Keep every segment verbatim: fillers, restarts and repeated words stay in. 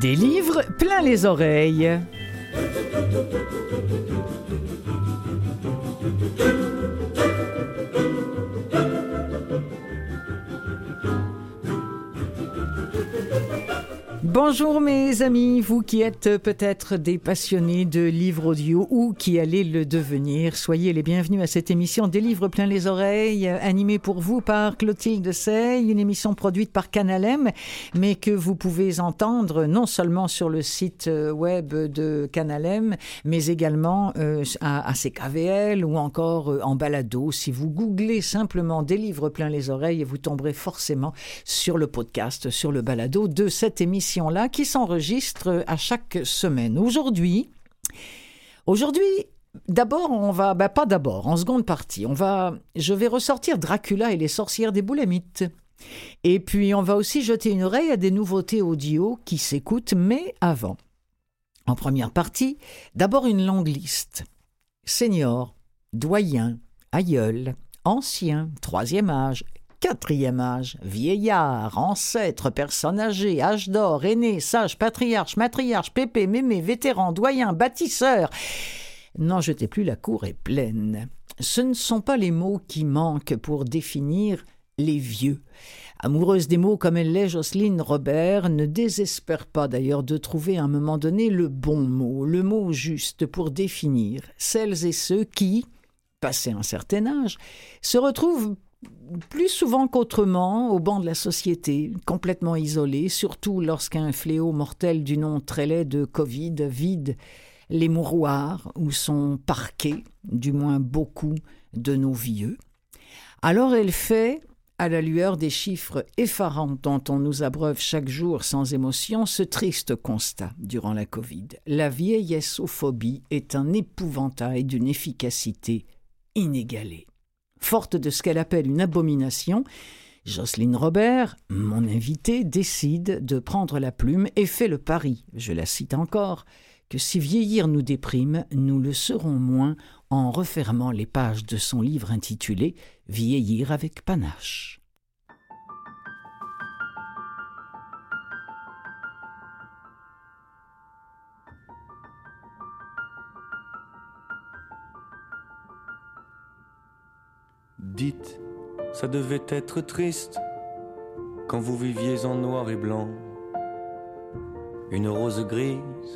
Des livres plein les oreilles. Bonjour mes amis, vous qui êtes peut-être des passionnés de livres audio ou qui allez le devenir, soyez les bienvenus à cette émission Des livres plein les oreilles, animée pour vous par Clotilde Sey, une émission produite par Canalem, mais que vous pouvez entendre non seulement sur le site web de Canalem, mais également euh, à, à C K V L ou encore euh, en balado. Si vous googlez simplement Des livres plein les oreilles, vous tomberez forcément sur le podcast, sur le balado de cette émission là qui s'enregistre à chaque semaine. Aujourd'hui, aujourd'hui, d'abord, on va, ben pas d'abord, en seconde partie, on va, je vais ressortir Dracula et les sorcières des Boulamites. Et puis, on va aussi jeter une oreille à des nouveautés audio qui s'écoutent, mais avant. En première partie, d'abord une longue liste. Senior, doyen, aïeul, ancien, troisième âge, quatrième âge, vieillard, ancêtre, personne âgée, âge d'or, aîné, sage, patriarche, matriarche, pépé, mémé, vétéran, doyen, bâtisseur. N'en jetez plus, la cour est pleine. Ce ne sont pas les mots qui manquent pour définir les vieux. Amoureuse des mots comme elle l'est, Jocelyne Robert ne désespère pas d'ailleurs de trouver à un moment donné le bon mot, le mot juste pour définir celles et ceux qui, passé un certain âge, se retrouvent plus souvent qu'autrement au banc de la société, complètement isolés, surtout lorsqu'un fléau mortel du nom très laid de Covid vide les mouroirs où sont parqués, du moins beaucoup, de nos vieux. Alors elle fait, à la lueur des chiffres effarants dont on nous abreuve chaque jour sans émotion, ce triste constat durant la Covid. La vieillessophobie est un épouvantail d'une efficacité inégalée. Forte de ce qu'elle appelle une abomination, Jocelyne Robert, mon invitée, décide de prendre la plume et fait le pari, je la cite encore, que si vieillir nous déprime, nous le serons moins en refermant les pages de son livre intitulé « Vieillir avec panache ». Dites, ça devait être triste quand vous viviez en noir et blanc. Une rose grise,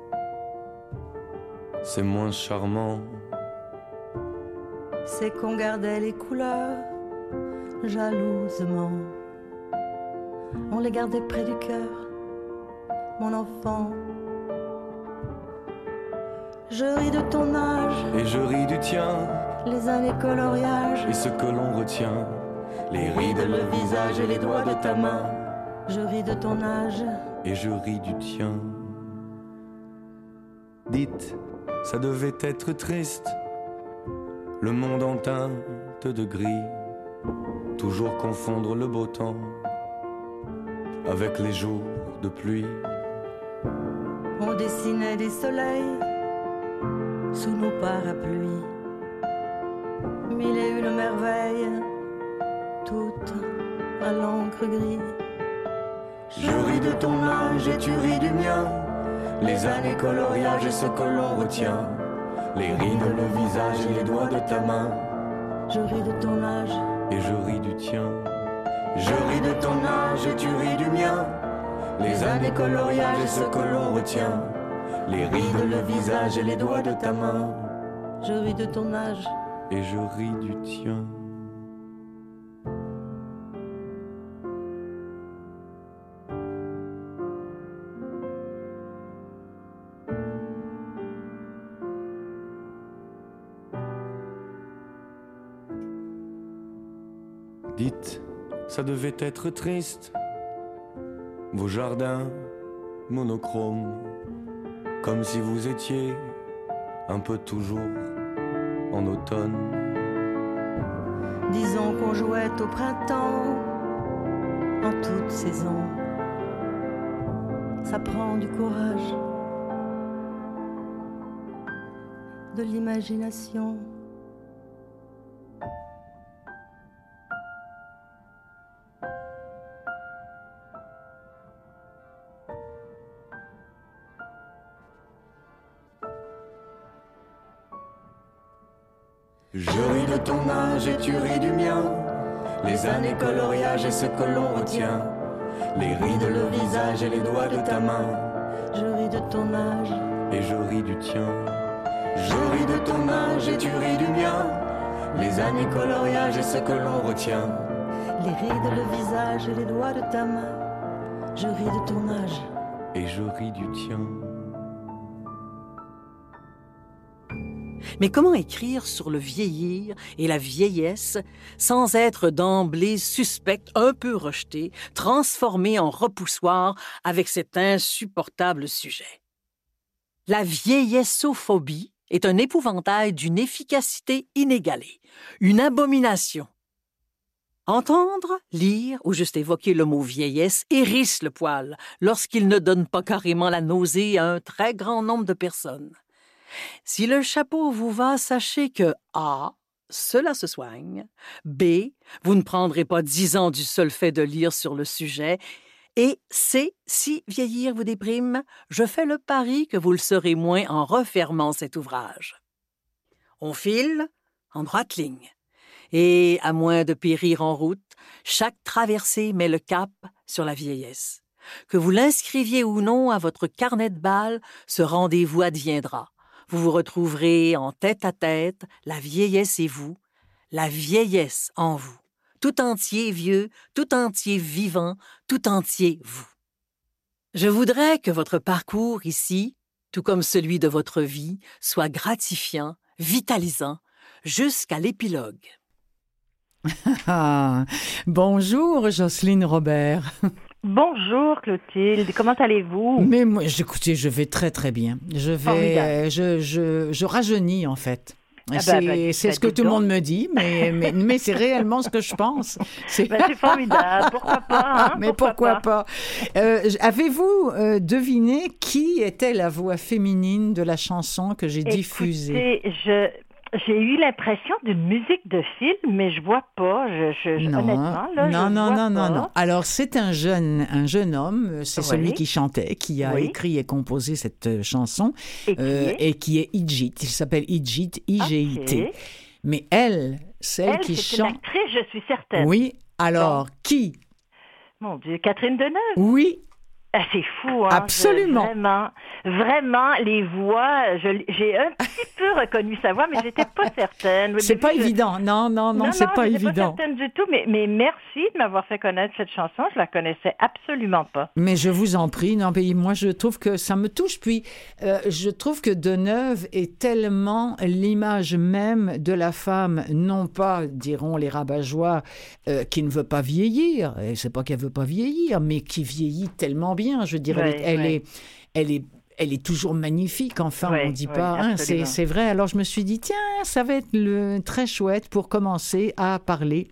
c'est moins charmant. C'est qu'on gardait les couleurs jalousement. On les gardait près du cœur, mon enfant. Je ris de ton âge et je ris du tien. Les années coloriages et ce que l'on retient, les rides, le visage et les doigts de ta main. Je ris de ton âge et je ris du tien. Dites, ça devait être triste, le monde en teinte de gris, toujours confondre le beau temps avec les jours de pluie. On dessinait des soleils sous nos parapluies. Mille et une merveilles, toutes à l'encre gris. Je ris de ton âge et tu ris du mien, les années coloriages et ce que l'on retient, les rides, le visage et les doigts de ta main. Je ris de ton âge et je ris du tien. Je ris de ton âge et tu ris du mien, les années coloriages et ce que l'on retient, les rides, le visage et les doigts de ta main. Je ris de ton âge et je ris du tien. Dites, ça devait être triste, vos jardins monochromes, comme si vous étiez un peu toujours en automne. Disons qu'on jouait au printemps, en toute saison. Ça prend du courage, de l'imagination. Je ris de ton âge et tu ris du mien. Les années coloriage et ce que l'on retient. Les rides, le visage et les doigts de ta main. Je ris de ton âge et je ris du tien. Je ris de ton âge et tu ris du mien. Les années coloriage et ce que l'on retient. Les rides, le visage et les doigts de ta main. Je ris de ton âge et je ris du tien. Mais comment écrire sur le vieillir et la vieillesse sans être d'emblée suspect, un peu rejeté, transformé en repoussoir avec cet insupportable sujet? La vieillessophobie est un épouvantail d'une efficacité inégalée, une abomination. Entendre, lire ou juste évoquer le mot vieillesse hérisse le poil lorsqu'il ne donne pas carrément la nausée à un très grand nombre de personnes. Si le chapeau vous va, sachez que A, cela se soigne, B, vous ne prendrez pas dix ans du seul fait de lire sur le sujet, et C, si vieillir vous déprime, je fais le pari que vous le serez moins en refermant cet ouvrage. On file en droite ligne, et à moins de périr en route, chaque traversée met le cap sur la vieillesse. Que vous l'inscriviez ou non à votre carnet de balles, ce rendez-vous adviendra. Vous vous retrouverez en tête-à-tête, la vieillesse et vous, la vieillesse en vous. Tout entier vieux, tout entier vivant, tout entier vous. Je voudrais que votre parcours ici, tout comme celui de votre vie, soit gratifiant, vitalisant, jusqu'à l'épilogue. Ah, bonjour Jocelyne Robert. Bonjour Clotilde, comment allez-vous? Mais moi, écoutez, je vais très très bien. Je vais, euh, je, je, je rajeunis en fait. Ah c'est bah, bah, c'est bah, ce que tout le monde me dit, mais, mais, mais c'est réellement ce que je pense. C'est, bah, c'est formidable, pourquoi pas? Hein? Mais pourquoi, pourquoi pas, pas? Euh, avez-vous euh, deviné qui était la voix féminine de la chanson que j'ai Écoutez, diffusée? je... J'ai eu l'impression d'une musique de film, mais je vois pas. Je, je, non, honnêtement, là, non, je non, vois non, pas. non, non. Alors, c'est un jeune, un jeune homme, c'est oui. celui qui chantait, qui a oui. écrit et composé cette chanson, et qui, euh, est? et qui est Idjit. Il s'appelle Idjit, I G I T. Okay. Mais elle, celle elle, qui c'est chante... une actrice, je suis certaine. Oui, alors, bon. Qui? Mon Dieu, Catherine Deneuve. Oui. Ah, c'est fou, hein? Absolument. Je, vraiment, vraiment, les voix, je, j'ai un petit peu reconnu sa voix, mais j'étais pas certaine. C'est mais pas je... évident. Non, non, non, non c'est non, pas évident. Non, pas certaine du tout, mais, mais merci de m'avoir fait connaître cette chanson. Je la connaissais absolument pas. Mais je vous en prie. Non, mais moi, je trouve que ça me touche. Puis, euh, je trouve que Deneuve est tellement l'image même de la femme, non pas, diront les rabat-joie, euh, qui ne veut pas vieillir. Et c'est pas qu'elle veut pas vieillir, mais qui vieillit tellement bien. Je dirais, oui, elle, oui. Est, elle est, elle est toujours magnifique. Enfin, oui, on dit oui, pas. Hein, c'est, c'est vrai. Alors, je me suis dit, tiens, ça va être le, très chouette pour commencer à parler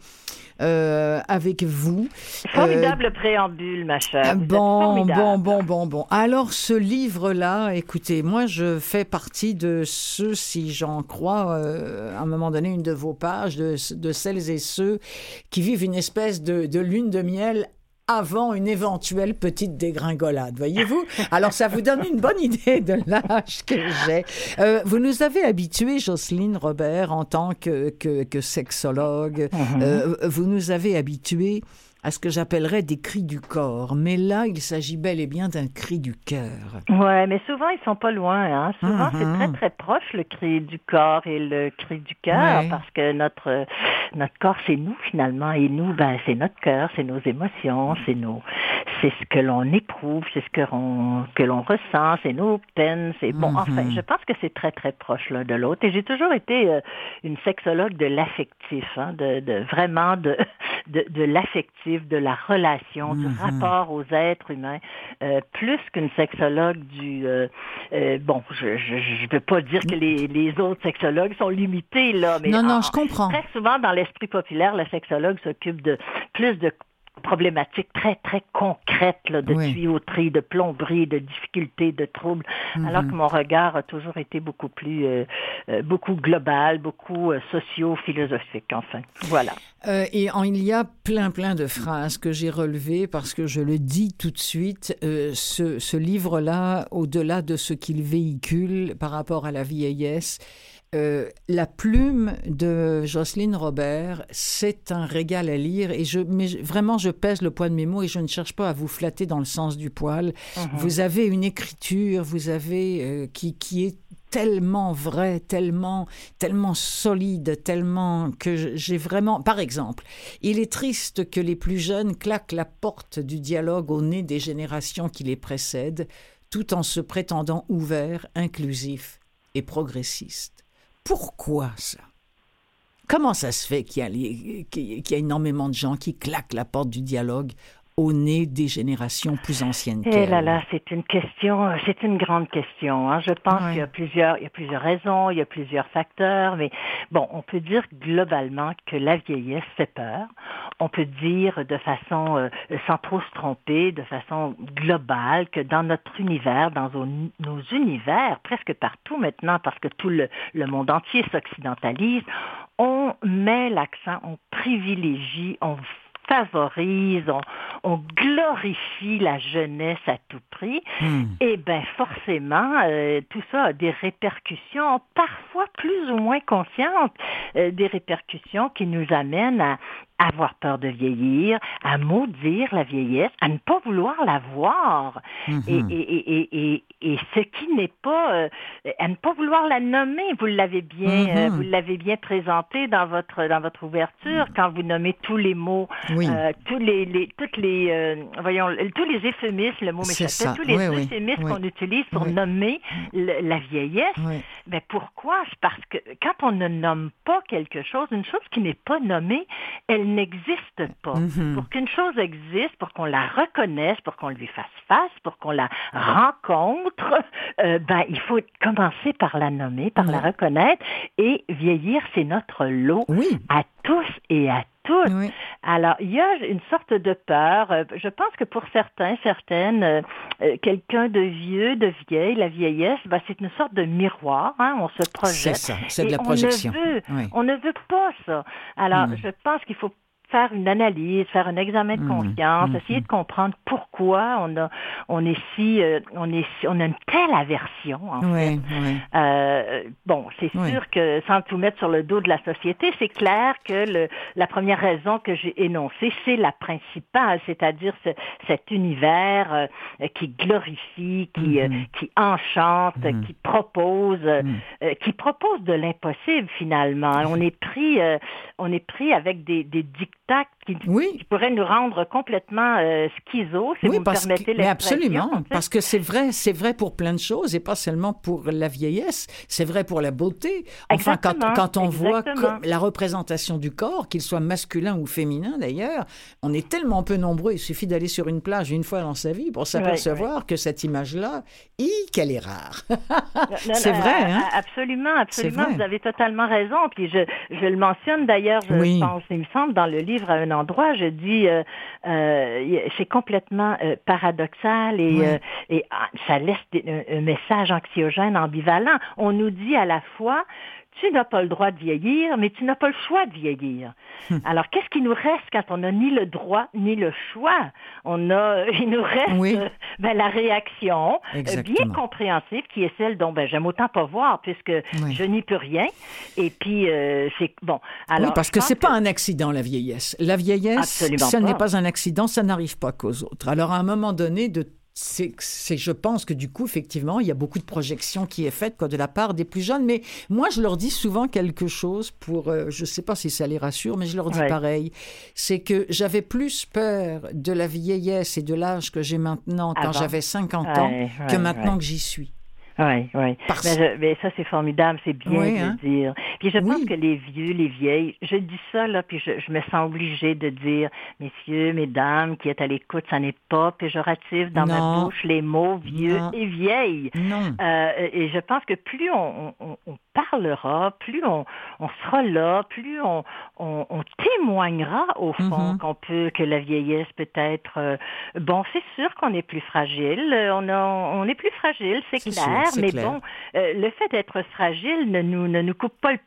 euh, avec vous. Formidable euh, préambule, ma chère. Vous bon, bon, bon, bon, bon. Alors, ce livre-là, écoutez, moi, je fais partie de ceux, si j'en crois, euh, à un moment donné, une de vos pages, de, de celles et ceux qui vivent une espèce de, de lune de miel avant une éventuelle petite dégringolade, voyez-vous? Alors, ça vous donne une bonne idée de l'âge que j'ai. Euh, vous nous avez habitués, Jocelyne Robert, en tant que, que, que sexologue. Mm-hmm. Euh, vous nous avez habitués à ce que j'appellerais des cris du corps. Mais là, il s'agit bel et bien d'un cri du cœur. Ouais, mais souvent, ils sont pas loin. Hein? Souvent, Mm-hmm. c'est très, très proche, le cri du corps et le cri du cœur, ouais. parce que notre, notre corps, c'est nous, finalement. Et nous, ben, c'est notre cœur, c'est nos émotions, c'est nos, c'est ce que l'on éprouve, c'est ce que l'on, que l'on ressent, c'est nos peines. C'est bon. Mm-hmm. Enfin, je pense que c'est très, très proche l'un de l'autre. Et j'ai toujours été euh, une sexologue de l'affectif, hein, de, de vraiment de, de, de l'affectif, de la relation, mm-hmm. du rapport aux êtres humains, euh, plus qu'une sexologue du... Euh, euh, bon, je ne veux pas dire que les, les autres sexologues sont limités, là, mais non, non, en, je comprends. Très souvent, dans l'esprit populaire, le sexologue s'occupe de plus de problématiques très, très concrètes, là, de oui. tuyauterie, de plomberie, de difficultés, de troubles, mm-hmm. alors que mon regard a toujours été beaucoup plus, euh, euh, beaucoup global, beaucoup euh, socio-philosophique, enfin. Voilà. Euh, et en, il y a plein, plein de phrases que j'ai relevées parce que je le dis tout de suite, euh, ce, ce livre-là, au-delà de ce qu'il véhicule par rapport à la vieillesse, Euh, la plume de Jocelyne Robert, c'est un régal à lire et je, mais je, vraiment je pèse le poids de mes mots et je ne cherche pas à vous flatter dans le sens du poil. Mm-hmm. Vous avez une écriture, vous avez euh, qui, qui est tellement vraie, tellement, tellement solide, tellement que j'ai vraiment... Par exemple, il est triste que les plus jeunes claquent la porte du dialogue au nez des générations qui les précèdent, tout en se prétendant ouverts, inclusifs et progressistes. Pourquoi ça? Comment ça se fait qu'il y a, les, qu'il y a énormément de gens qui claquent la porte du dialogue au nez des générations plus anciennes qu'elles? Eh là là, c'est une question, c'est une grande question. Hein. Je pense ouais. qu'il y a plusieurs, il y a plusieurs raisons, il y a plusieurs facteurs, mais bon, on peut dire globalement que la vieillesse fait peur. On peut dire de façon, euh, sans trop se tromper, de façon globale, que dans notre univers, dans nos, nos univers, presque partout maintenant, parce que tout le, le monde entier s'occidentalise, on met l'accent, on privilégie, on favorise, on, on glorifie la jeunesse à tout prix, mmh. et bien forcément, euh, tout ça a des répercussions, parfois plus ou moins conscientes, euh, des répercussions qui nous amènent à avoir peur de vieillir, à maudire la vieillesse, à ne pas vouloir la voir, mmh. et, et, et, et, et, et ce qui n'est pas, euh, à ne pas vouloir la nommer. Vous l'avez bien, mmh. euh, vous l'avez bien présenté dans votre dans votre ouverture mmh. quand vous nommez tous les mots, oui. euh, tous les, les toutes les, euh, voyons, tous les euphémismes, le mot m'échappait, tous les oui, euphémismes oui. qu'on utilise pour oui. nommer le, la vieillesse. Oui. Mais pourquoi? C'est parce que quand on ne nomme pas quelque chose, une chose qui n'est pas nommée, elle n'existe pas. Mm-hmm. Pour qu'une chose existe, pour qu'on la reconnaisse, pour qu'on lui fasse face, pour qu'on la rencontre, euh, ben, il faut commencer par la nommer, par oui. la reconnaître. Et vieillir, c'est notre lot oui. à tous et à toutes. Oui. Alors, il y a une sorte de peur. Je pense que pour certains, certaines, euh, quelqu'un de vieux, de vieille, la vieillesse, ben, c'est une sorte de miroir. Hein, on se projette. C'est ça, c'est de la projection. On ne veut, oui. on ne veut pas ça. Alors, mm. je pense qu'il faut faire une analyse, faire un examen de conscience, mmh, essayer mmh. de comprendre pourquoi on a, on est si, euh, on est si, on a une telle aversion, en oui, fait. Oui. Euh, bon, c'est oui. sûr que, sans tout mettre sur le dos de la société, c'est clair que le, la première raison que j'ai énoncée, c'est la principale, c'est-à-dire ce, cet univers euh, qui glorifie, qui, mmh. euh, qui enchante, mmh. qui propose, mmh. euh, qui propose de l'impossible, finalement. On est pris, euh, on est pris avec des, des dictats Qui, oui. qui pourrait nous rendre complètement euh, schizo, si oui, vous me permettez que, mais absolument, parce que c'est vrai, c'est vrai pour plein de choses et pas seulement pour la vieillesse, c'est vrai pour la beauté. Enfin, quand, quand on exactement. voit que la représentation du corps, qu'il soit masculin ou féminin d'ailleurs, on est tellement peu nombreux, il suffit d'aller sur une plage une fois dans sa vie pour s'apercevoir oui, oui. que cette image-là, hi, qu'elle est rare. non, c'est non, vrai, hein? Absolument, absolument, vous avez totalement raison. Puis je, je le mentionne d'ailleurs, je oui. pense, il me semble, dans le livre à un endroit, je dis, euh, euh, c'est complètement euh, paradoxal et, oui. euh, et ça laisse des, un, un message anxiogène, ambivalent. On nous dit à la fois, tu n'as pas le droit de vieillir, mais tu n'as pas le choix de vieillir. Hum. Alors, qu'est-ce qui nous reste quand on n'a ni le droit ni le choix? On a, il nous reste oui. euh, ben, la réaction euh, bien compréhensive qui est celle dont ben, j'aime autant pas voir puisque oui. je n'y peux rien. Et puis, euh, c'est bon. Alors, oui, parce que c'est que... pas un accident, la vieillesse. La vieillesse, Absolument ça pas. n'est pas un accident, ça n'arrive pas qu'aux autres. Alors, à un moment donné, de C'est, c'est, je pense que du coup, effectivement, il y a beaucoup de projections qui est faite quoi, de la part des plus jeunes. Mais moi, je leur dis souvent quelque chose pour... Euh, je ne sais pas si ça les rassure, mais je leur dis ouais. pareil. C'est que j'avais plus peur de la vieillesse et de l'âge que j'ai maintenant quand Avant. j'avais cinquante ans ouais, ouais, que maintenant ouais. que j'y suis. Oui, oui. Parce... Mais, je, mais ça, c'est formidable, c'est bien oui, de hein? le dire. Puis je pense oui. que les vieux, les vieilles, je dis ça, là, puis je, je me sens obligée de dire, messieurs, mesdames, qui êtes à l'écoute, ça n'est pas péjoratif dans non. ma bouche, les mots vieux non. et vieilles. Non. Euh, et je pense que plus on, on, on parlera, plus on, on sera là, plus on, on, on témoignera, au fond, mm-hmm. qu'on peut, que la vieillesse peut être... Euh, bon, c'est sûr qu'on est plus fragile, on, a, on est plus fragile, c'est, c'est clair. Sûr. C'est mais clair. bon, euh, le fait d'être fragile ne nous, ne nous coupe pas le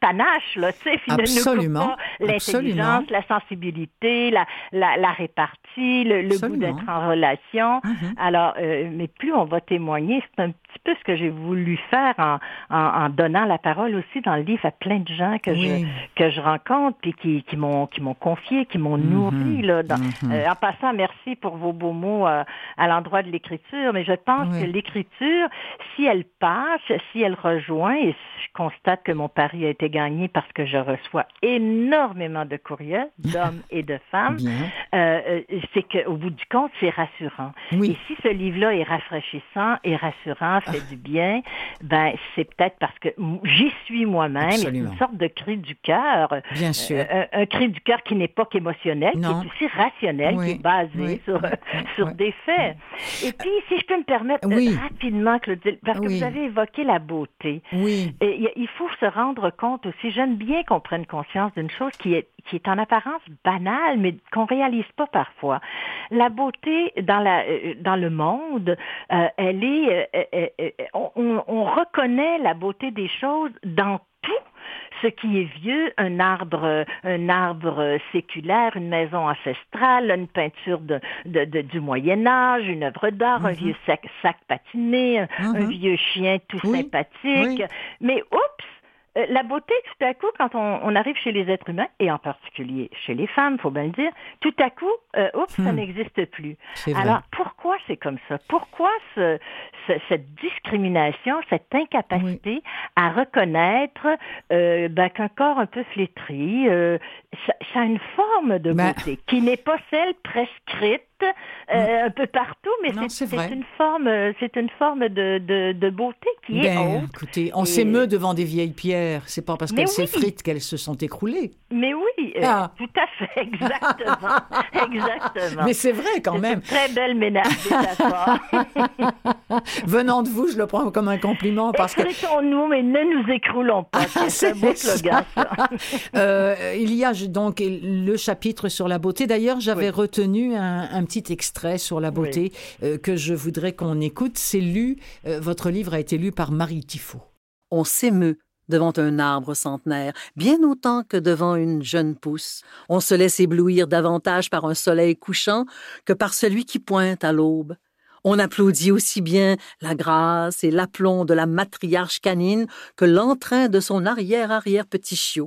panache, là, tu sais, puis Absolument. ne nous coupe pas l'intelligence, la sensibilité, la, la, la répartie, le, le goût d'être en relation. Mm-hmm. Alors, euh, mais plus on va témoigner, c'est un petit peu ce que j'ai voulu faire en, en, en donnant la parole aussi dans le livre à plein de gens que oui. je que je rencontre, puis qui, qui m'ont qui m'ont confié, qui m'ont mm-hmm. nourri, là. Dans, mm-hmm. euh, en passant, merci pour vos beaux mots euh, à l'endroit de l'écriture, mais je pense oui. que l'écriture, si elle passe, si elle rejoint, et je constate que mon pari a été gagné parce que je reçois énormément de courriels d'hommes et de femmes, euh, c'est qu'au bout du compte, c'est rassurant. Oui. Et si ce livre-là est rafraîchissant et rassurant, fait ah. du bien, ben c'est peut-être parce que j'y suis moi-même, c'est une sorte de cri du cœur. Bien sûr. Euh, un, un cri du cœur qui n'est pas qu'émotionnel, non. qui est aussi rationnel, oui. qui est basé oui. sur, oui. sur oui. des faits. Et puis, si je peux me permettre oui. rapidement, Claudine, parce que oui. vous avez évoqué la beauté. Oui. Et il faut se rendre compte aussi, j'aime bien qu'on prenne conscience d'une chose qui est, qui est en apparence banale, mais qu'on réalise pas parfois. La beauté dans, la, dans le monde, euh, elle est... Euh, euh, on, on reconnaît la beauté des choses dans tout. Ce qui est vieux, un arbre, un arbre séculaire, une maison ancestrale, une peinture de, de, de, du Moyen-Âge, une œuvre d'art, mm-hmm. un vieux sac, sac patiné, un, mm-hmm. un vieux chien tout oui. sympathique. Oui. Mais oups! Euh, la beauté, tout à coup, quand on, on arrive chez les êtres humains, et en particulier chez les femmes, faut bien le dire, tout à coup, euh, oups, hmm. ça n'existe plus. Alors, pourquoi c'est comme ça? Pourquoi ce, ce, cette discrimination, cette incapacité oui. à reconnaître euh, ben, qu'un corps un peu flétri, euh, ça, ça a une forme de beauté ben... qui n'est pas celle prescrite Euh, un peu partout, mais non, c'est, c'est, c'est une forme, c'est une forme de, de, de beauté qui ben, est haute. Écoutez, on et... s'émeut devant des vieilles pierres. C'est pas parce mais qu'elles oui. s'effritent qu'elles se sont écroulées. Mais oui, ah. euh, tout à fait, exactement, exactement. Mais c'est vrai quand c'est même. C'est une très belle ménage métaphore. Venant de vous, je le prends comme un compliment parce que. Effritons-nous, mais ne nous écroulons pas. Ah, c'est un beau slogan. Ça. euh, il y a donc le chapitre sur la beauté. D'ailleurs, j'avais oui. retenu un, un petit extrait sur la beauté oui. euh, que je voudrais qu'on écoute. C'est lu, euh, votre livre a été lu par Marie Tifo. On s'émeut devant un arbre centenaire, bien autant que devant une jeune pousse. On se laisse éblouir davantage par un soleil couchant que par celui qui pointe à l'aube. On applaudit aussi bien la grâce et l'aplomb de la matriarche canine que l'entrain de son arrière-arrière-petit chiot.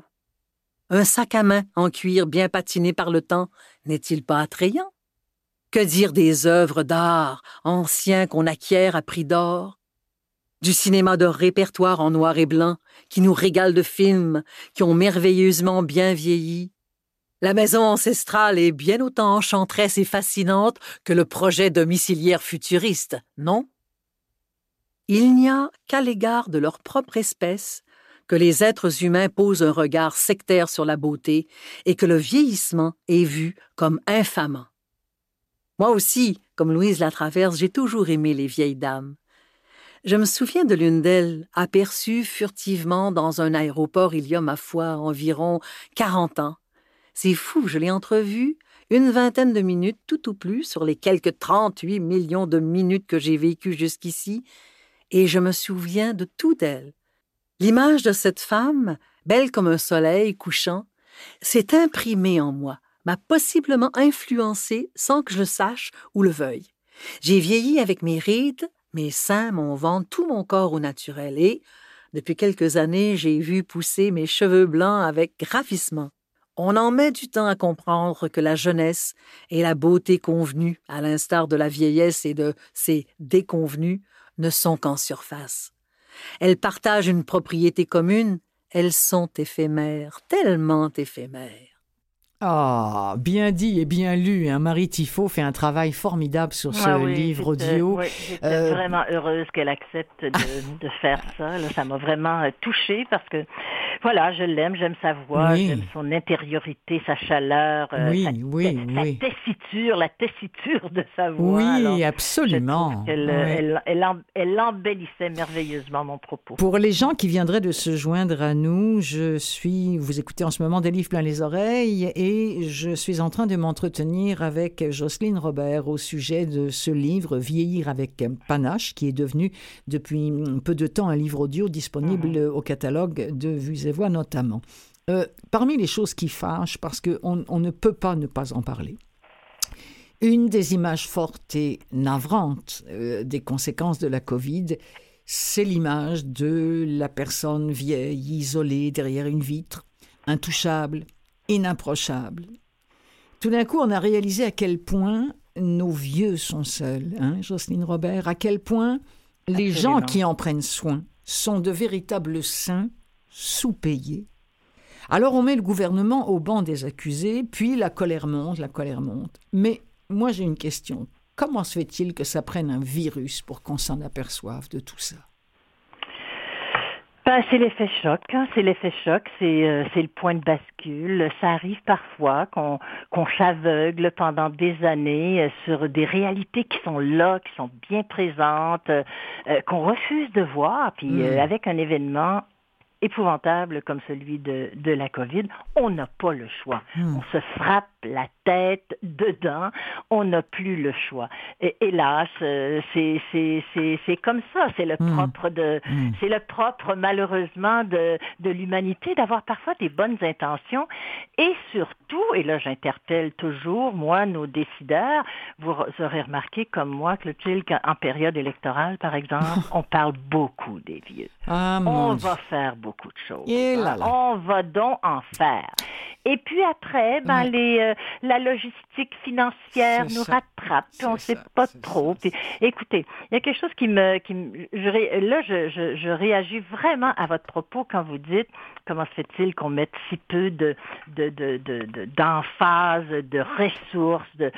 Un sac à main en cuir bien patiné par le temps n'est-il pas attrayant? Que dire des œuvres d'art anciens qu'on acquiert à prix d'or? Du cinéma de répertoire en noir et blanc qui nous régale de films qui ont merveilleusement bien vieilli. La maison ancestrale est bien autant enchanteresse et fascinante que le projet domiciliaire futuriste, non? Il n'y a qu'à l'égard de leur propre espèce que les êtres humains posent un regard sectaire sur la beauté et que le vieillissement est vu comme infamant. Moi aussi, comme Louise Latraverse, j'ai toujours aimé les vieilles dames. Je me souviens de l'une d'elles, aperçue furtivement dans un aéroport il y a, ma foi, environ quarante ans. C'est fou, je l'ai entrevue une vingtaine de minutes, tout au plus, sur les quelques trente-huit millions de minutes que j'ai vécues jusqu'ici, et je me souviens de tout d'elle. L'image de cette femme, belle comme un soleil couchant, s'est imprimée en moi, m'a possiblement influencé sans que je le sache ou le veuille. J'ai vieilli avec mes rides, mes seins, mon ventre, tout mon corps au naturel et, depuis quelques années, j'ai vu pousser mes cheveux blancs avec ravissement. On en met du temps à comprendre que la jeunesse et la beauté convenue, à l'instar de la vieillesse et de ses déconvenues, ne sont qu'en surface. Elles partagent une propriété commune, elles sont éphémères, tellement éphémères. Ah, bien dit et bien lu. Hein. Marie Tifo fait un travail formidable sur ce ah oui, livre audio. Oui, j'étais euh... vraiment heureuse qu'elle accepte de, de faire ça. Là, ça m'a vraiment touchée parce que, voilà, je l'aime, j'aime sa voix, oui. j'aime son intériorité, sa chaleur, oui, sa, oui, sa oui. tessiture, la tessiture de sa voix. Oui, Alors, absolument. Elle, oui. elle, elle, elle embellissait merveilleusement mon propos. Pour les gens qui viendraient de se joindre à nous, je suis, vous écoutez en ce moment des livres plein les oreilles et Et je suis en train de m'entretenir avec Jocelyne Robert au sujet de ce livre « Vieillir avec panache » qui est devenu depuis peu de temps un livre audio disponible mmh. au catalogue de Vues Taizé-Voix notamment. Euh, parmi les choses qui fâchent, parce qu'on on ne peut pas ne pas en parler, une des images fortes et navrantes euh, des conséquences de la COVID, c'est l'image de la personne vieille, isolée derrière une vitre, intouchable, inapprochable. Tout d'un coup, on a réalisé à quel point nos vieux sont seuls, hein, Jocelyne Robert, à quel point les Absolument. gens qui en prennent soin sont de véritables saints sous-payés. Alors on met le gouvernement au banc des accusés, puis la colère monte, la colère monte. Mais moi j'ai une question. Comment se fait-il que ça prenne un virus pour qu'on s'en aperçoive de tout ça? Ben, c'est l'effet choc, hein. C'est l'effet choc, c'est, euh, c'est le point de bascule. Ça arrive parfois qu'on, qu'on s'aveugle pendant des années euh, sur des réalités qui sont là, qui sont bien présentes, euh, euh, qu'on refuse de voir. Puis Mm. euh, avec un événement épouvantable comme celui de, de la COVID, on n'a pas le choix. Mm. On se frappe la tête dedans, on n'a plus le choix. Et hélas, euh, c'est, c'est, c'est, c'est comme ça, c'est le Mm. propre de, Mm. c'est le propre malheureusement de, de l'humanité d'avoir parfois des bonnes intentions et surtout, et là j'interpelle toujours, moi, nos décideurs, vous aurez remarqué comme moi, Clotilde, qu'en période électorale, par exemple, on parle beaucoup des vieux. Ah, On mon va Dieu. faire beaucoup de choses. Et là là. On va donc en faire. Et puis après, ben, Ouais. les, euh, la logistique financière C'est nous ça. rattrape, puis on ne C'est sait ça, pas c'est trop. ça, Puis, écoutez, il y a quelque chose qui me... Qui me je, ré- là, je, je, je réagis vraiment à votre propos quand vous dites comment se fait-il qu'on mette si peu de, de, de, de, de- d'emphase, de ressources de,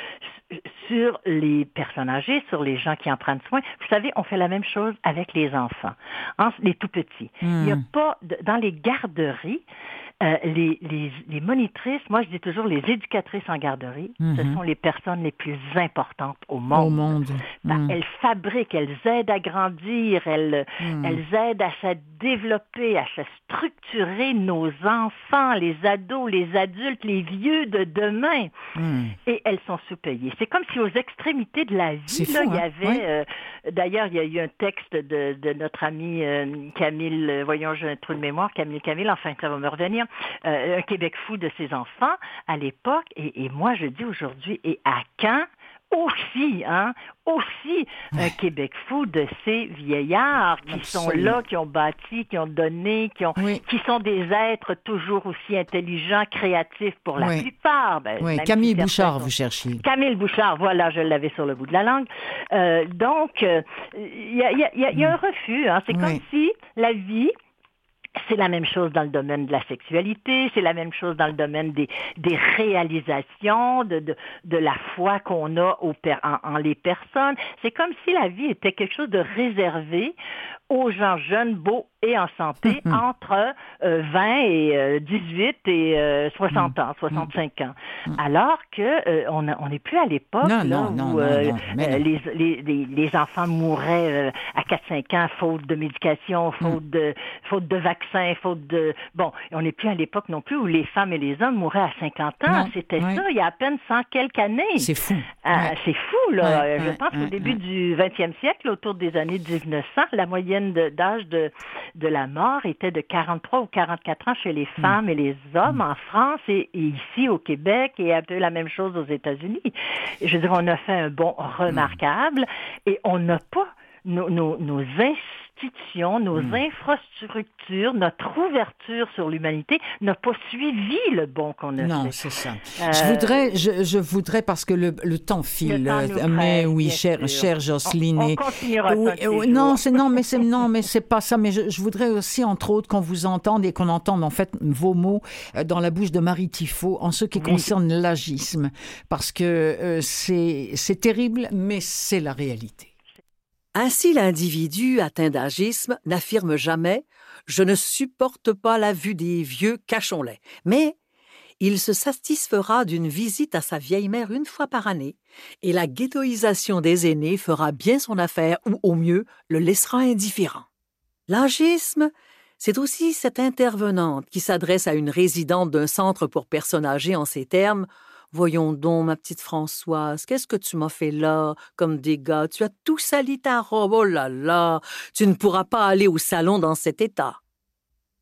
sur les personnes âgées, sur les gens qui en prennent soin. Vous savez, on fait la même chose avec les enfants, hein, les tout-petits. Il n'y a Mm. pas, de- dans les garderies, euh, les, les, les monitrices, moi je dis toujours les éducatrices en garderie, ce Mhm. sont les personnes les plus importantes au monde. Au monde. Ben, Mm. elles fabriquent, elles aident à grandir, elles, Mm. elles aident à se développer, à se structurer nos enfants, les ados, les adultes, les vieux de demain. Mm. Et elles sont sous-payées. C'est comme si aux extrémités de la vie, C'est là, fou, il y hein? avait... Ouais. euh, d'ailleurs, il y a eu un texte de, de notre ami euh, Camille, euh, voyons, j'ai un trou de mémoire, Camille Camille, enfin, ça va me revenir, euh, un Québec fou de ses enfants à l'époque. Et, et moi, je dis aujourd'hui, et à quand aussi, hein, aussi un Québec fou de ces vieillards qui sont Absolument. là, qui ont bâti, qui ont donné, qui ont, Oui. qui sont des êtres toujours aussi intelligents, créatifs pour la Oui. plupart. Ben, Oui, même Camille si certains Bouchard, sont- vous cherchiez. Camille Bouchard, voilà, je l'avais sur le bout de la langue. Euh, donc, euh, il y, a, il y a- il y a- il y a un refus. Hein. C'est Oui. comme si la vie... C'est la même chose dans le domaine de la sexualité, c'est la même chose dans le domaine des, des réalisations, de, de, de la foi qu'on a au, per- en, en les personnes. C'est comme si la vie était quelque chose de réservé aux gens jeunes, beaux et en santé Mhm. entre euh, vingt et euh, dix-huit et euh, soixante ans, soixante-cinq ans. Alors que euh, on a- on n'est plus à l'époque Non, là, non, non, où non, euh, non, mais euh, non. les, les, les, les enfants mouraient euh, à quatre cinq ans faute de médication, faute de faute de vaccins, faute de... Bon, on n'est plus à l'époque non plus où les femmes et les hommes mouraient à cinquante ans. Non, C'était ouais. ça, il y a à peine cent quelques années. C'est fou. Ah, Ouais. c'est fou, là. Ouais, Euh, Je ouais, pense qu'au ouais, début ouais. du vingtième siècle, autour des années mille neuf cents, la moyenne de- d'âge de, de la mort était de quarante-trois ou quarante-quatre ans chez les Mm. femmes et les hommes en France et, et ici au Québec et un peu la même chose aux États-Unis. Je veux dire, on a fait un bond remarquable et on n'a pas nos, nos, nos institutions, nos Mm. infrastructures, notre ouverture sur l'humanité n'a pas suivi le bond qu'on a Non, fait. c'est ça. Euh, Je voudrais, je, je voudrais parce que le, le temps file. Le temps nous euh, mais presse, oui, bien chère, sûr. chère Jocelyne. On, on et- continuera Oui, ça de ces oui, non, jours. c'est non, mais c'est non, mais c'est pas ça. Mais je, je voudrais aussi, entre autres, qu'on vous entende et qu'on entende en fait vos mots euh, dans la bouche de Marie Tifo en ce qui Oui. concerne l'agisme, parce que euh, c'est c'est terrible, mais c'est la réalité. Ainsi, l'individu atteint d'agisme n'affirme jamais « je ne supporte pas la vue des vieux, cachons-les », mais il se satisfera d'une visite à sa vieille mère une fois par année et la ghettoisation des aînés fera bien son affaire ou, au mieux, le laissera indifférent. L'agisme, c'est aussi cette intervenante qui s'adresse à une résidente d'un centre pour personnes âgées en ces termes « Voyons donc, ma petite Françoise, qu'est-ce que tu m'as fait là, comme dégâts? Tu as tout sali ta robe, oh là là, tu ne pourras pas aller au salon dans cet état. »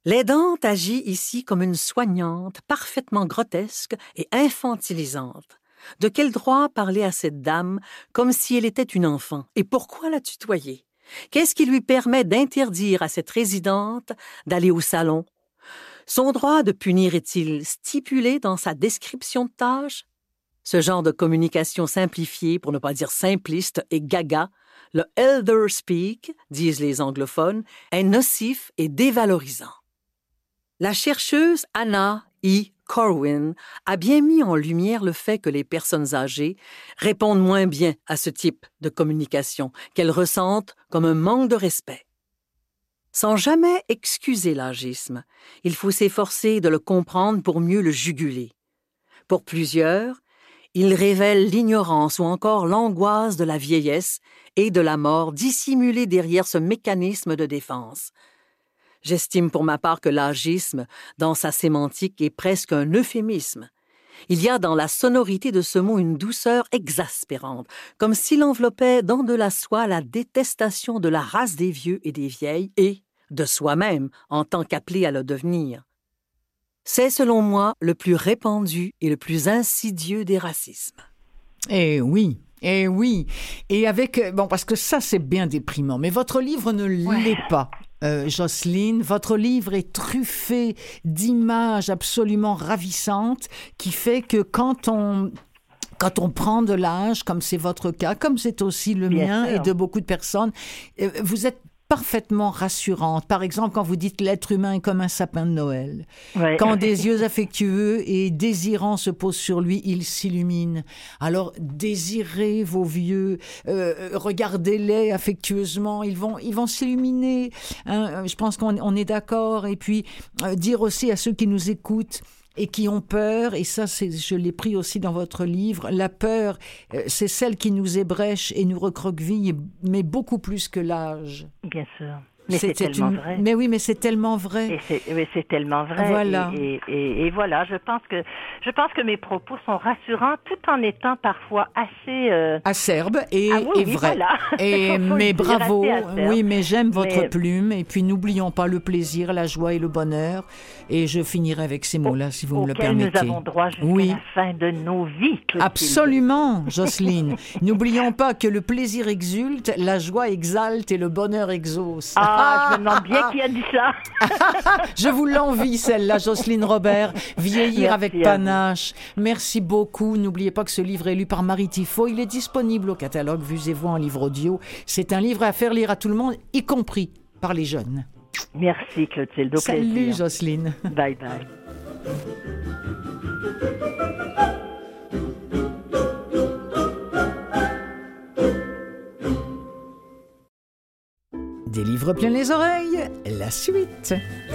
L'aidante agit ici comme une soignante parfaitement grotesque et infantilisante. De quel droit parler à cette dame comme si elle était une enfant? Et pourquoi la tutoyer? Qu'est-ce qui lui permet d'interdire à cette résidente d'aller au salon? Son droit de punir est-il stipulé dans sa description de tâche? Ce genre de communication simplifiée, pour ne pas dire simpliste et gaga, le elder speak, disent les anglophones, est nocif et dévalorisant. La chercheuse Anna E. Corwin a bien mis en lumière le fait que les personnes âgées répondent moins bien à ce type de communication, qu'elles ressentent comme un manque de respect. Sans jamais excuser l'âgisme, il faut s'efforcer de le comprendre pour mieux le juguler. Pour plusieurs, il révèle l'ignorance ou encore l'angoisse de la vieillesse et de la mort dissimulée derrière ce mécanisme de défense. J'estime pour ma part que l'âgisme, dans sa sémantique, est presque un euphémisme. Il y a dans la sonorité de ce mot une douceur exaspérante, comme s'il enveloppait dans de la soie la détestation de la race des vieux et des vieilles et de soi-même en tant qu'appelé à le devenir. C'est, selon moi, le plus répandu et le plus insidieux des racismes. Eh oui, eh oui. Et avec... Bon, parce que ça, c'est bien déprimant, mais votre livre ne Ouais. l'est pas. Euh, Jocelyne, votre livre est truffé d'images absolument ravissantes qui fait que quand on... Quand on prend de l'âge, comme c'est votre cas, comme c'est aussi le Bien mien sûr. et de beaucoup de personnes, euh, vous êtes parfaitement rassurante. Par exemple, quand vous dites l'être humain est comme un sapin de Noël. Ouais. Quand des yeux affectueux et désirants se posent sur lui, il s'illumine. Alors, désirez vos vieux, euh, regardez-les affectueusement, ils vont, ils vont s'illuminer. Hein, je pense qu'on on est d'accord. Et puis, euh, dire aussi à ceux qui nous écoutent, et qui ont peur, et ça, c'est, je l'ai pris aussi dans votre livre, la peur, euh, c'est celle qui nous ébrèche et nous recroqueville, mais beaucoup plus que l'âge. Bien sûr. Mais c'est C'était tellement une- vrai. Mais oui, mais c'est tellement vrai. Et c'est, mais c'est tellement vrai. Voilà. Et, et, et, et voilà, je pense que je pense que mes propos sont rassurants, tout en étant parfois assez. Euh... Acerbe et, Ah oui, et oui, vrai. voilà. Et, Faut le mais dire, bravo, assez acerbe. oui, mais j'aime votre Mais- plume. Et puis n'oublions pas le plaisir, la joie et le bonheur. Et je finirai avec ces mots-là, si vous me le auquel permettez. nous avons droit jusqu'à Oui. la fin de nos vies. Clotilde. Absolument, Jocelyne. N'oublions pas que le plaisir exulte, la joie exalte et le bonheur exauce. Ah, je me demande bien qui a dit ça. Je vous l'envie, celle-là, Jocelyne Robert. Vieillir Merci avec à vous. panache. Merci beaucoup. N'oubliez pas que ce livre est lu par Marie Tifo. Il est disponible au catalogue Vues et Voix en livre audio. C'est un livre à faire lire à tout le monde, y compris par les jeunes. Merci Clotilde, au Salut, plaisir. Jocelyne. Bye bye. Des livres plein les oreilles, la suite.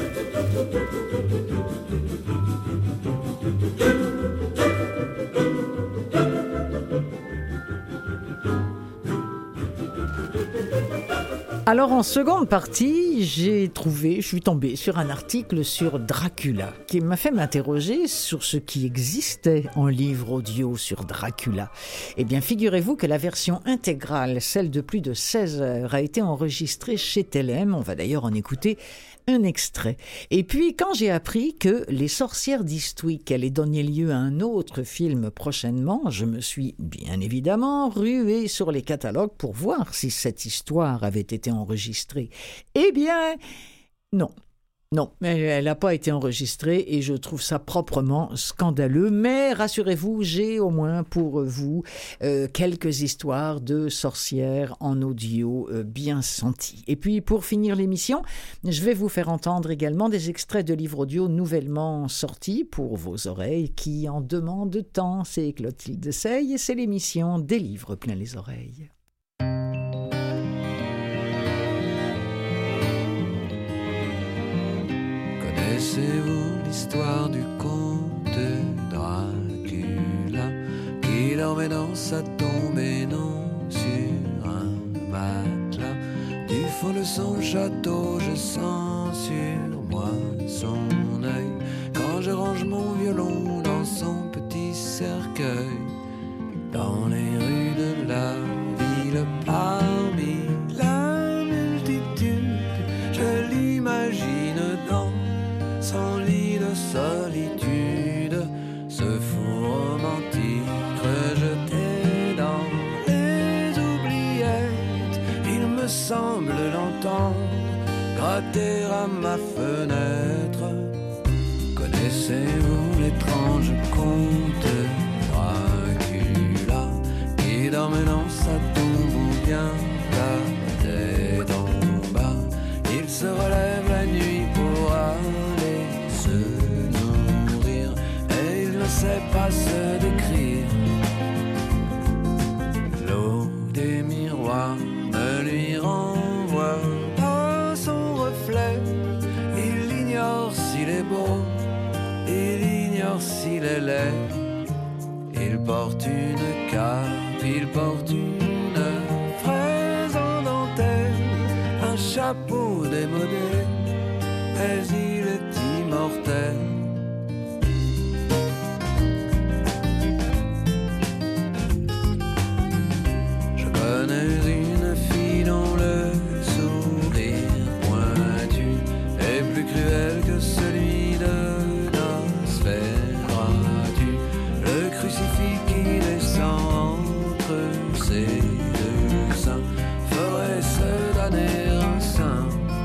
Alors, en seconde partie, j'ai trouvé, je suis tombée sur un article sur Dracula qui m'a fait m'interroger sur ce qui existait en livre audio sur Dracula. Eh bien, figurez-vous que la version intégrale, celle de plus de seize heures, a été enregistrée chez Telem. On va d'ailleurs en écouter un extrait. Et puis, quand j'ai appris que Les Sorcières d'Eastwick allait donner lieu à un autre film prochainement, je me suis bien évidemment ruée sur les catalogues pour voir si cette histoire avait été enregistrée. Eh bien, non. Non, elle n'a pas été enregistrée et je trouve ça proprement scandaleux. Mais rassurez-vous, j'ai au moins pour vous euh, quelques histoires de sorcières en audio euh, bien senties. Et puis pour finir l'émission, je vais vous faire entendre également des extraits de livres audio nouvellement sortis pour vos oreilles qui en demandent tant. C'est Clotilde Sey et c'est l'émission Des livres plein les oreilles. Connaissez-vous l'histoire du comte Dracula qui dormait dans sa tombe et non sur un matelas? Du fond de son château, je sens sur moi son œil quand je range mon violon dans son petit cercueil. Dans les rues de la ville, parmi la multitude, je l'imagine dans l'entendre gratter à ma fenêtre. Connaissez-vous l'étrange conte Dracula qui dormait dans sa tombe ou bien la tête en bas? Il se relève la nuit pour aller se nourrir et il ne sait pas se décrire. L'eau des miroirs ne lui renvoie pas son reflet. Il ignore s'il est beau, il ignore s'il est laid. Il porte une cape, il porte une fraise en dentelle, un chapeau démodé, mais il est immortel. Je connais une fille dont le sourire pointu est plus cruel que celui de Nosferatu. Le crucifix qui descend entre ses deux seins ferait se damner un saint.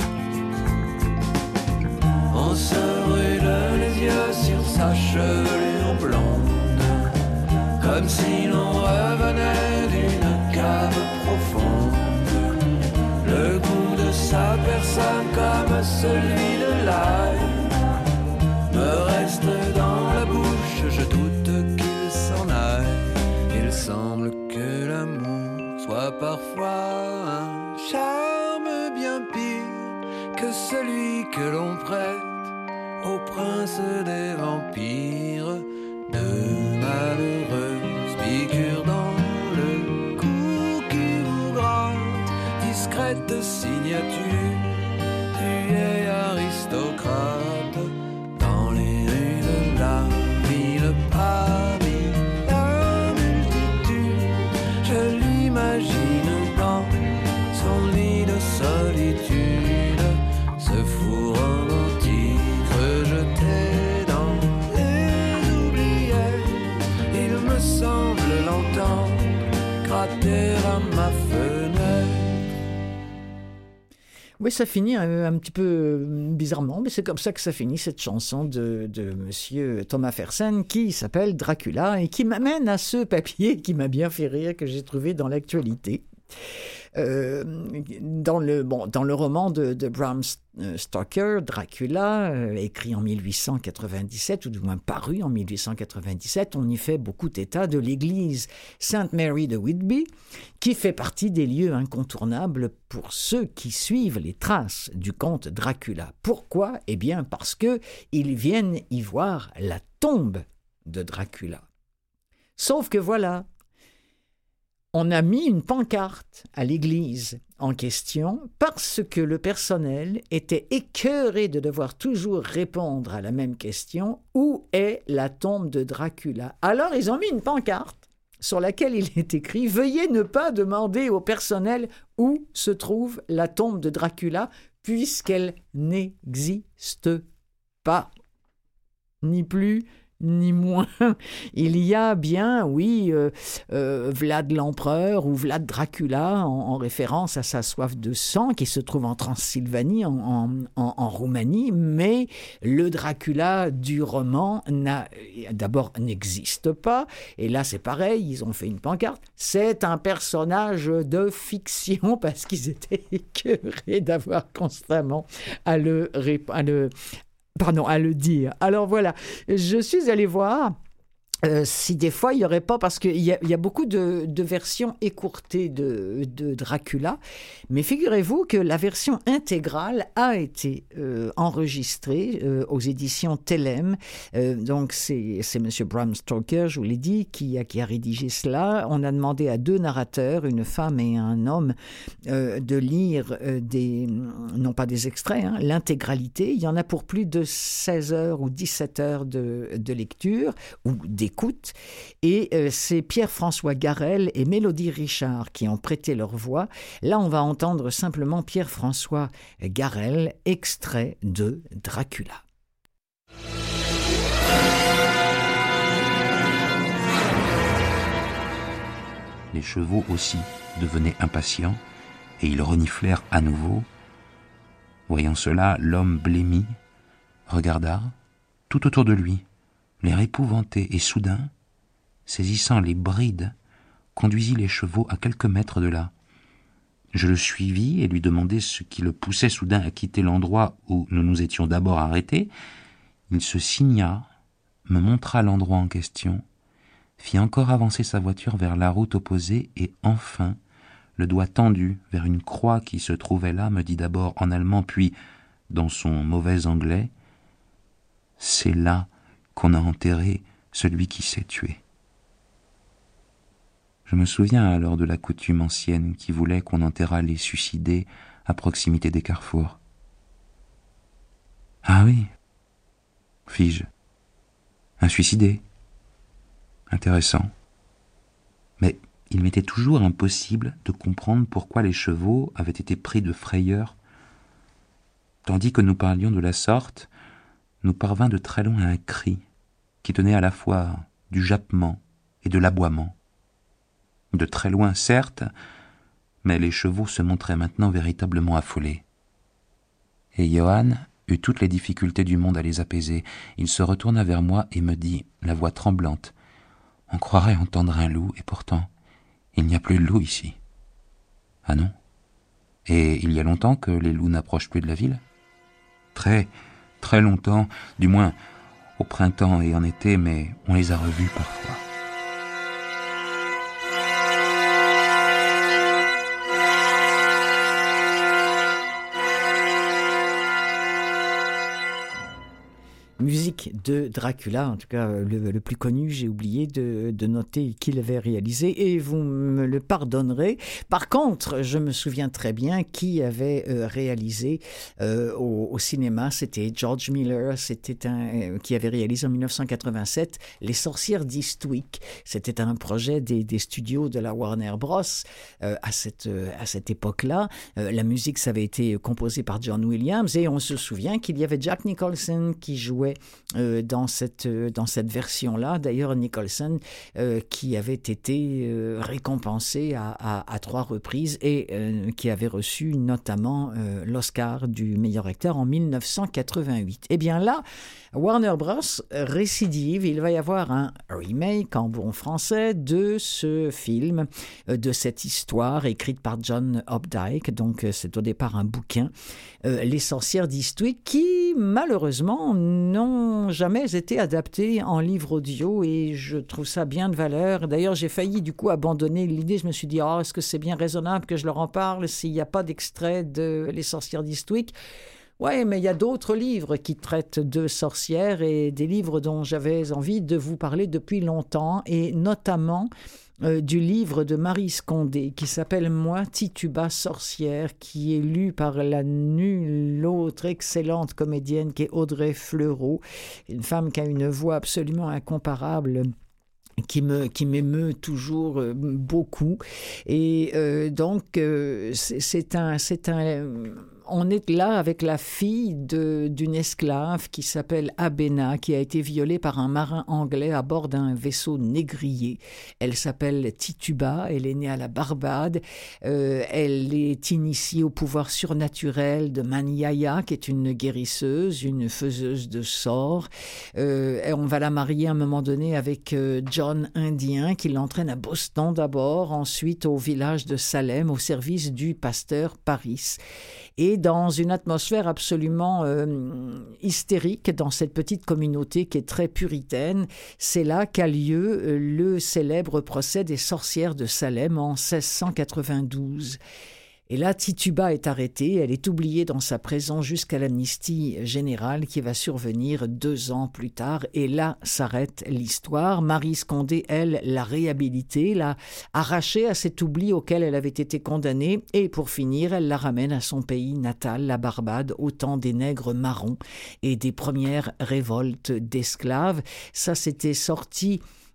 On se brûle les yeux sur sa chevelure blonde, comme si l'on revenait d'une cave profonde. Le goût de sa personne comme celui de l'ail me reste dans la bouche, je doute qu'il s'en aille. Il semble que l'amour soit parfois un charme bien pire que celui que l'on prête au prince des vampires. De malheureuses piqûres dans le cou qui vous gratte, discrète signature du vieil aristocrate. Dans les rues de la ville parmi la multitude, je l'imagine dans son lit de solitude, ce fou romantique rejeté dans les oubliettes. Il me semble l'entendre gratter à ma fenêtre. Oui, ça finit un, un petit peu bizarrement, mais c'est comme ça que ça finit, cette chanson de, de monsieur Thomas Fersen qui s'appelle Dracula et qui m'amène à ce papier qui m'a bien fait rire, que j'ai trouvé dans l'actualité. Euh, dans, le, bon, dans le roman de, de Bram Stoker, Dracula, euh, écrit en mille huit cent quatre-vingt-dix-sept, ou du moins paru en mille huit cent quatre-vingt-dix-sept, on y fait beaucoup état de l'église Sainte Mary de Whitby, qui fait partie des lieux incontournables pour ceux qui suivent les traces du comte Dracula. Pourquoi ? Eh bien parce qu'ils viennent y voir la tombe de Dracula. Sauf que voilà, on a mis une pancarte à l'église en question parce que le personnel était écœuré de devoir toujours répondre à la même question: où est la tombe de Dracula? Alors ils ont mis une pancarte sur laquelle il est écrit: veuillez ne pas demander au personnel où se trouve la tombe de Dracula, puisqu'elle n'existe pas. Ni plus ni moins. Il y a bien, oui, euh, euh, Vlad l'Empereur ou Vlad Dracula, en, en référence à sa soif de sang, qui se trouve en Transylvanie, en, en, en, en Roumanie, mais le Dracula du roman n'a, d'abord n'existe pas, et là c'est pareil, ils ont fait une pancarte, c'est un personnage de fiction, parce qu'ils étaient écœurés d'avoir constamment à le... À le Pardon, à le dire. Alors voilà, je suis allée voir euh, si des fois il n'y aurait pas, parce qu'il y, y a beaucoup de, de versions écourtées de, de Dracula, mais figurez-vous que la version intégrale a été euh, enregistrée euh, aux éditions Telem. Euh, donc c'est, c'est M. Bram Stoker, je vous l'ai dit, qui a, qui a rédigé cela. On a demandé à deux narrateurs, une femme et un homme, euh, de lire euh, des, non pas des extraits, hein, l'intégralité. Il y en a pour plus de seize heures ou dix-sept heures de, de lecture ou d'écoute. Et euh, c'est Pierre-François Garel et Mélodie Richard qui ont prêté leur voix. Là, on va entendre simplement Pierre-François Garel, extrait de Dracula. Les chevaux aussi devenaient impatients et ils reniflèrent à nouveau. Voyant cela, l'homme blêmi regarda tout autour de lui, l'air épouvanté, et soudain, saisissant les brides, conduisit les chevaux à quelques mètres de là. Je le suivis et lui demandai ce qui le poussait soudain à quitter l'endroit où nous nous étions d'abord arrêtés. Il se signa, me montra l'endroit en question, fit encore avancer sa voiture vers la route opposée et enfin, le doigt tendu vers une croix qui se trouvait là, me dit d'abord en allemand puis, dans son mauvais anglais, « C'est là qu'on a enterré celui qui s'est tué. » Je me souviens alors de la coutume ancienne qui voulait qu'on enterrât les suicidés à proximité des carrefours. « Ah oui, fis-je, un suicidé. Intéressant. Mais il m'était toujours impossible de comprendre pourquoi les chevaux avaient été pris de frayeur. Tandis que nous parlions de la sorte, nous parvint de très loin un cri qui tenait à la fois du jappement et de l'aboiement. De très loin, certes, mais les chevaux se montraient maintenant véritablement affolés. Et Johann eut toutes les difficultés du monde à les apaiser. Il se retourna vers moi et me dit, la voix tremblante, « On croirait entendre un loup, et pourtant, il n'y a plus de loup ici. »« Ah non ? Et il y a longtemps que les loups n'approchent plus de la ville ? » ?»« Très, très longtemps, du moins au printemps et en été, mais on les a revus parfois. » Musique de Dracula, en tout cas le, le plus connu, j'ai oublié de, de noter qui l'avait réalisé et vous me le pardonnerez. Par contre, je me souviens très bien qui avait euh, réalisé euh, au, au cinéma, c'était George Miller, c'était un euh, qui avait réalisé en dix-neuf cent quatre-vingt-sept Les Sorcières d'Eastwick. C'était un projet des, des studios de la Warner Bros. Euh, à cette euh, à cette époque-là. Euh, la musique, ça avait été composé par John Williams et on se souvient qu'il y avait Jack Nicholson qui jouait Euh, dans cette, euh, dans cette version-là. D'ailleurs, Nicholson, euh, qui avait été euh, récompensé à, à, à trois reprises et euh, qui avait reçu notamment euh, l'Oscar du meilleur acteur en dix-neuf cent quatre-vingt-huit. Eh bien là, Warner Bros. Récidive, il va y avoir un remake en bon français de ce film, euh, de cette histoire écrite par John Updike, donc euh, c'est au départ un bouquin, euh, Les Sorcières d'Eastwick, qui malheureusement n'ont jamais été adaptés en livre audio et je trouve ça bien de valeur. D'ailleurs, j'ai failli du coup abandonner l'idée. Je me suis dit, oh, est-ce que c'est bien raisonnable que je leur en parle s'il n'y a pas d'extrait de Les Sorcières d'Eastwick ? Ouais, mais il y a d'autres livres qui traitent de sorcières et des livres dont j'avais envie de vous parler depuis longtemps et notamment euh, du livre de Marie Scondé qui s'appelle « Moi, Tituba, sorcière » qui est lu par la nulle autre excellente comédienne qui est Audrey Fleurot, une femme qui a une voix absolument incomparable qui me qui m'émeut toujours euh, beaucoup et euh, donc euh, c'est, c'est un c'est un on est là avec la fille de, d'une esclave qui s'appelle Abena, qui a été violée par un marin anglais à bord d'un vaisseau négrier. Elle s'appelle Tituba, elle est née à la Barbade. Euh, elle est initiée au pouvoir surnaturel de Maniaya, qui est une guérisseuse, une faiseuse de sorts. Euh, et on va la marier à un moment donné avec euh, John Indien, qui l'entraîne à Boston d'abord, ensuite au village de Salem, au service du pasteur Paris. Et dans une atmosphère absolument euh, hystérique dans cette petite communauté qui est très puritaine, c'est là qu'a lieu euh, le célèbre procès des sorcières de Salem en seize cent quatre-vingt-douze. Et là, Tituba est arrêtée, elle est oubliée dans sa prison jusqu'à l'amnistie générale qui va survenir deux ans plus tard. Et là s'arrête l'histoire. Marie Scondé, elle, l'a réhabilitée, l'a arrachée à cet oubli auquel elle avait été condamnée. Et pour finir, elle la ramène à son pays natal, la Barbade, au temps des nègres marrons et des premières révoltes d'esclaves. Ça, c'était sorti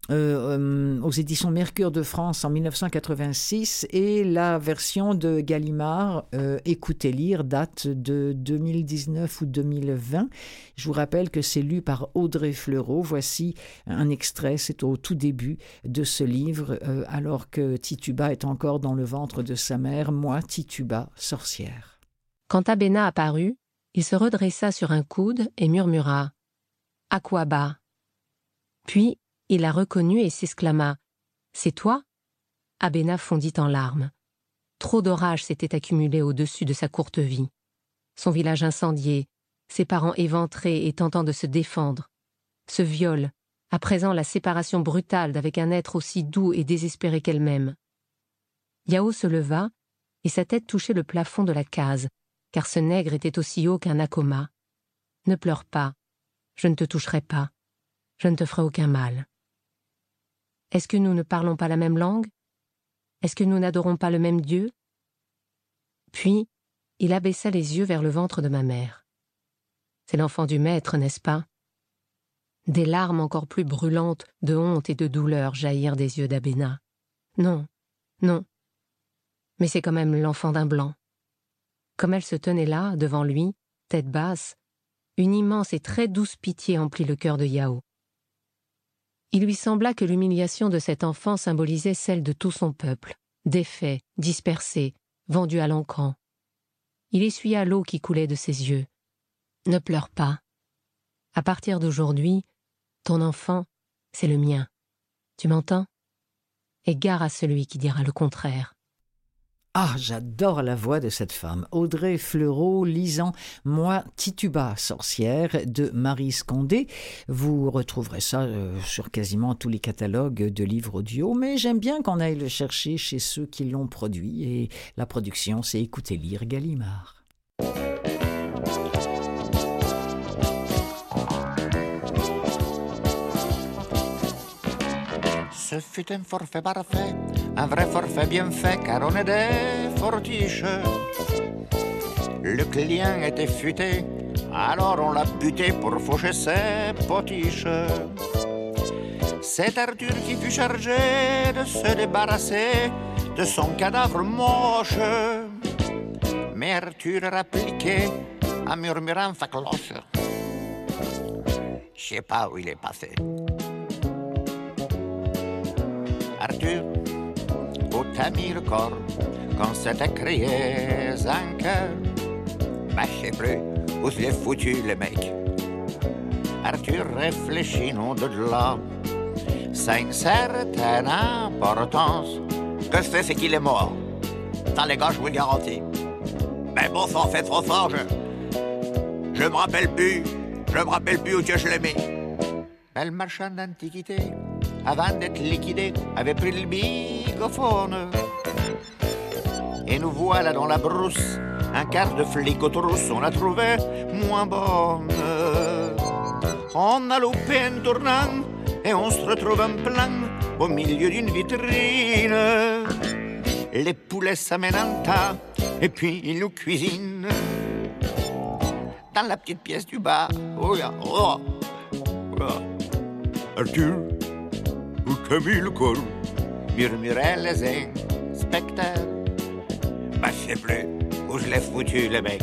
euh, euh, aux éditions Mercure de France en dix-neuf cent quatre-vingt-six et la version de Gallimard, euh, Écoutez lire, date de deux mille dix-neuf ou deux mille vingt. Je vous rappelle que c'est lu par Audrey Fleurot. Voici un extrait, c'est au tout début de ce livre, euh, alors que Tituba est encore dans le ventre de sa mère, moi, Tituba, sorcière. Quand Abéna apparut, il se redressa sur un coude et murmura « Aquaba ». Puis, il la reconnut et s'exclama « C'est toi ?» Abéna fondit en larmes. Trop d'orage s'était accumulé au-dessus de sa courte vie. Son village incendié, ses parents éventrés et tentant de se défendre. Ce viol, à présent la séparation brutale d'avec un être aussi doux et désespéré qu'elle-même. Yao se leva et sa tête touchait le plafond de la case, car ce nègre était aussi haut qu'un akoma. « Ne pleure pas, je ne te toucherai pas, je ne te ferai aucun mal. » Est-ce que nous ne parlons pas la même langue? Est-ce que nous n'adorons pas le même Dieu? Puis, il abaissa les yeux vers le ventre de ma mère. C'est l'enfant du maître, n'est-ce pas? Des larmes encore plus brûlantes de honte et de douleur jaillirent des yeux d'Abéna. Non, non. Mais c'est quand même l'enfant d'un blanc. Comme elle se tenait là, devant lui, tête basse, une immense et très douce pitié emplit le cœur de Yao. Il lui sembla que l'humiliation de cet enfant symbolisait celle de tout son peuple, défait, dispersé, vendu à l'encan. Il essuya l'eau qui coulait de ses yeux. « Ne pleure pas. À partir d'aujourd'hui, ton enfant, c'est le mien. Tu m'entends? Et gare à celui qui dira le contraire. » Ah, j'adore la voix de cette femme. Audrey Fleurot lisant « Moi, Tituba, sorcière » de Marie Scondé. Vous retrouverez ça euh, sur quasiment tous les catalogues de livres audio, mais j'aime bien qu'on aille le chercher chez ceux qui l'ont produit. Et la production, c'est Écoutez lire Gallimard. Ce fut un forfait parfait, un vrai forfait bien fait, car on est des fortiches. Le client était futé, alors on l'a buté pour faucher ses potiches. C'est Arthur qui fut chargé de se débarrasser de son cadavre moche. Mais Arthur rappliquait en murmurant sa cloche. Je sais pas où il est passé. Arthur, où t'as mis le corps quand s'était crié un cœur? Bah, je sais plus où je l'ai foutu, le mec. Arthur réfléchit, non de là. Ça a une certaine importance. Ce que je sais, c'est qu'il est mort. Ça, les gars, je vous le garantis. Mais bon, ça en fait trop fort, je... Je me rappelle plus. Je me rappelle plus où que je l'ai mis. Le marchand d'antiquité, avant d'être liquidé, avait pris le bigophone. Et nous voilà dans la brousse, un quart de flic aux trousses, on l'a trouvé moins bonne. On a loupé un tournant et on se retrouve en plein au milieu d'une vitrine. Les poulets s'amènent en tas et puis ils nous cuisinent. Dans la petite pièce du bas, oh là, oh, oh. Arthur, où t'as mis le corps? Murmuraient les inspecteurs. Bah, je sais plus où je l'ai foutu, le mec.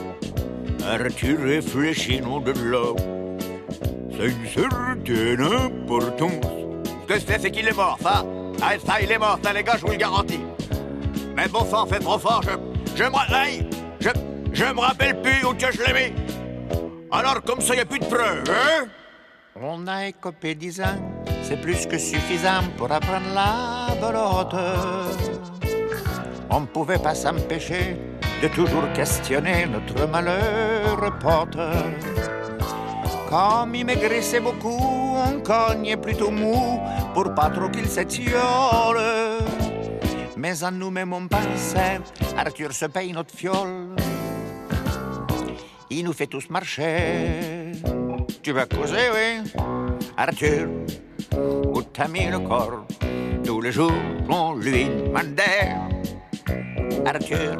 Arthur réfléchit, non de là. Ça a une certaine importance. Ce que je sais, c'est qu'il est mort, ça. Ah, ça, il est mort, ça, les gars, je vous le garantis. Mais bon, ça en fait trop fort, je... Je me... Hey, je... Je me rappelle plus où que je l'ai mis. Alors, comme ça, il n'y a plus de preuves, hein? On a écopé dix ans, c'est plus que suffisant pour apprendre la belote. On ne pouvait pas s'empêcher de toujours questionner notre malheureux pote. Comme il maigrissait beaucoup, on cognait plutôt mou pour pas trop qu'il s'étiole. Mais en nous-mêmes on pensait, Arthur se paye notre fiole. Il nous fait tous marcher. Tu vas causer, oui? Arthur, où t'as mis le corps? Tous les jours, on lui demandait. Arthur,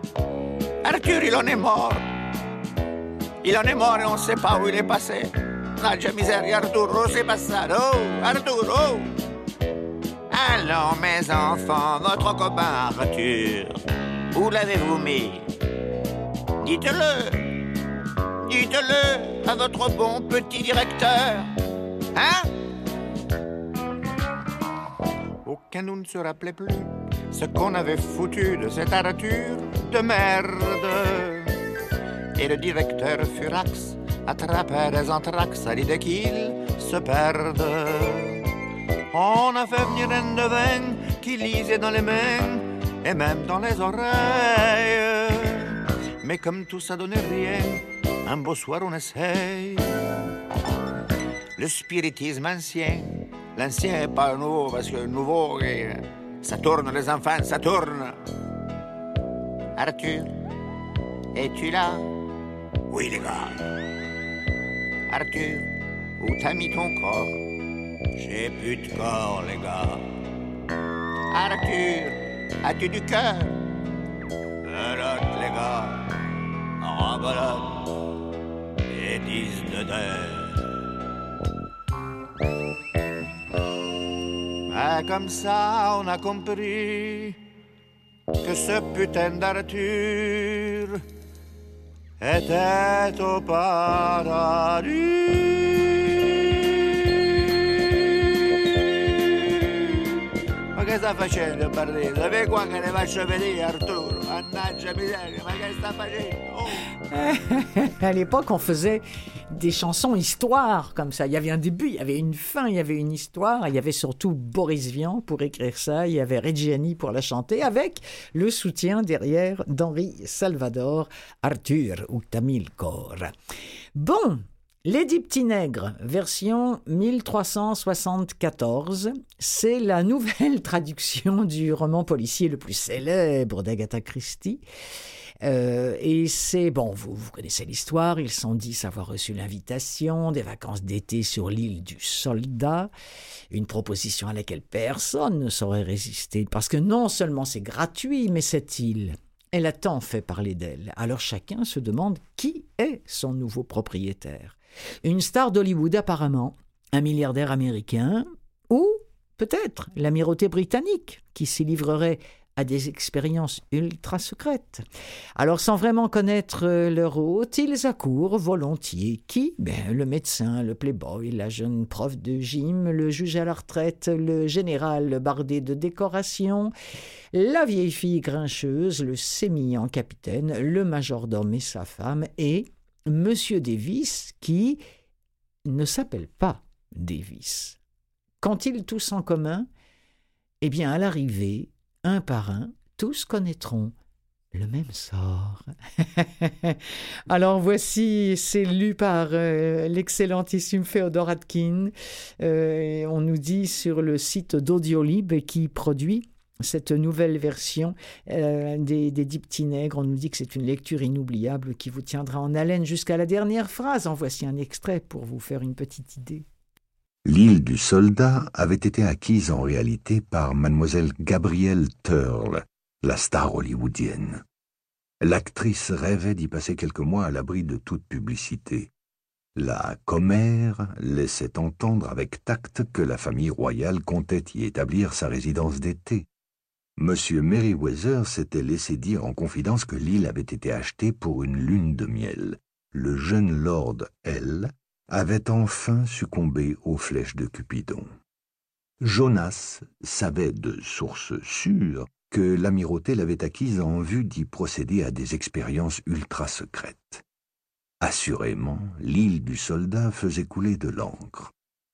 Arthur, il en est mort. Il en est mort et on ne sait pas où il est passé. Mannaggia miseria, Arturo, c'est pas ça. Oh, Arturo. Allons, mes enfants, votre copain Arthur, où l'avez-vous mis? Dites-le. Dites-le à votre bon petit directeur. Hein? Aucun nous ne se rappelait plus ce qu'on avait foutu de cette Arthur de merde. Et le directeur Furax attrapait des anthrax à l'idée qu'il se perde. On a fait venir un devin qui lisait dans les mains et même dans les oreilles. Mais comme tout ça donnait rien, un beau soir on essaye. Le spiritisme ancien, l'ancien est pas nouveau parce que le nouveau, ça tourne les enfants, ça tourne. Arthur, es-tu là? Oui les gars. Arthur, où t'as mis ton corps? J'ai plus de corps les gars. Arthur, as-tu du cœur? Belote les gars, en belote et dix de terre. Mais comme ça on a compris que ce putain d'Arthur était au paradis. Ma che sta facendo Barrino? Vedi qua che ne faccio vedere Arturo. Mannaggia miseria, ma che sta facendo? Oh. À l'époque, on faisait des chansons histoires comme ça. Il y avait un début, il y avait une fin, il y avait une histoire. Il y avait surtout Boris Vian pour écrire ça. Il y avait Reggiani pour la chanter, avec le soutien derrière d'Henri Salvador, Arthur ou Tamil Cor. Bon, Les Dix Petits Nègres, version mille trois cent soixante-quatorze, c'est la nouvelle traduction du roman policier le plus célèbre d'Agatha Christie. Euh, et c'est, bon, vous, vous connaissez l'histoire, ils sont dix à avoir reçu l'invitation des vacances d'été sur l'île du Soldat, une proposition à laquelle personne ne saurait résister, parce que non seulement c'est gratuit, mais cette île, elle a tant fait parler d'elle. Alors chacun se demande qui est son nouveau propriétaire. Une star d'Hollywood apparemment, un milliardaire américain, ou peut-être l'amirauté britannique qui s'y livrerait à des expériences ultra secrètes. Alors, sans vraiment connaître leur hôte, ils accourent volontiers. Qui? Ben, le médecin, le playboy, la jeune prof de gym, le juge à la retraite, le général bardé de décoration, la vieille fille grincheuse, le sémillant capitaine, le majordome et sa femme, et Monsieur Davis, qui ne s'appelle pas Davis. Qu'ont-ils tous en commun? Eh bien, à l'arrivée, un par un, tous connaîtront le même sort. Alors voici, c'est lu par euh, l'excellentissime Féodor Atkin. Euh, on nous dit sur le site d'Audiolib qui produit cette nouvelle version euh, des, des Dix Petits Nègres, on nous dit que c'est une lecture inoubliable qui vous tiendra en haleine jusqu'à la dernière phrase. En voici un extrait pour vous faire une petite idée. L'île du Soldat avait été acquise en réalité par mademoiselle Gabrielle Turle, la star hollywoodienne. L'actrice rêvait d'y passer quelques mois à l'abri de toute publicité. La commère laissait entendre avec tact que la famille royale comptait y établir sa résidence d'été. Monsieur Merriweather s'était laissé dire en confidence que l'île avait été achetée pour une lune de miel. Le jeune lord L avait enfin succombé aux flèches de Cupidon. Jonas savait de source sûre que l'amirauté l'avait acquise en vue d'y procéder à des expériences ultra secrètes. Assurément, l'île du Soldat faisait couler de l'encre.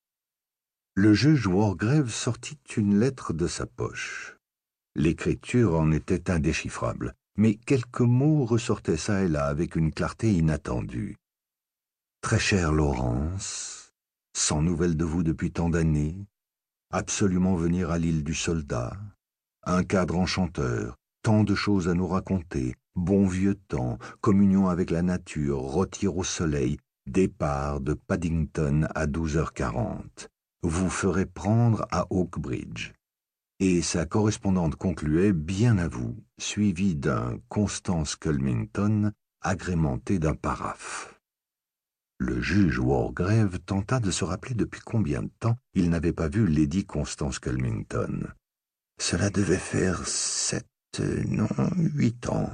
Le juge Wargrave sortit une lettre de sa poche. L'écriture en était indéchiffrable, mais quelques mots ressortaient çà et là avec une clarté inattendue. Très chère Laurence, sans nouvelles de vous depuis tant d'années, absolument venir à l'île du Soldat, un cadre enchanteur, tant de choses à nous raconter, bon vieux temps, communion avec la nature, rôtir au soleil, départ de Paddington à douze heures quarante. Vous ferez prendre à Oakbridge. Et sa correspondante concluait bien à vous, suivie d'un Constance Culmington agrémenté d'un paraphe. Le juge Wargrave tenta de se rappeler depuis combien de temps il n'avait pas vu Lady Constance Culmington. Cela devait faire sept, non, huit ans.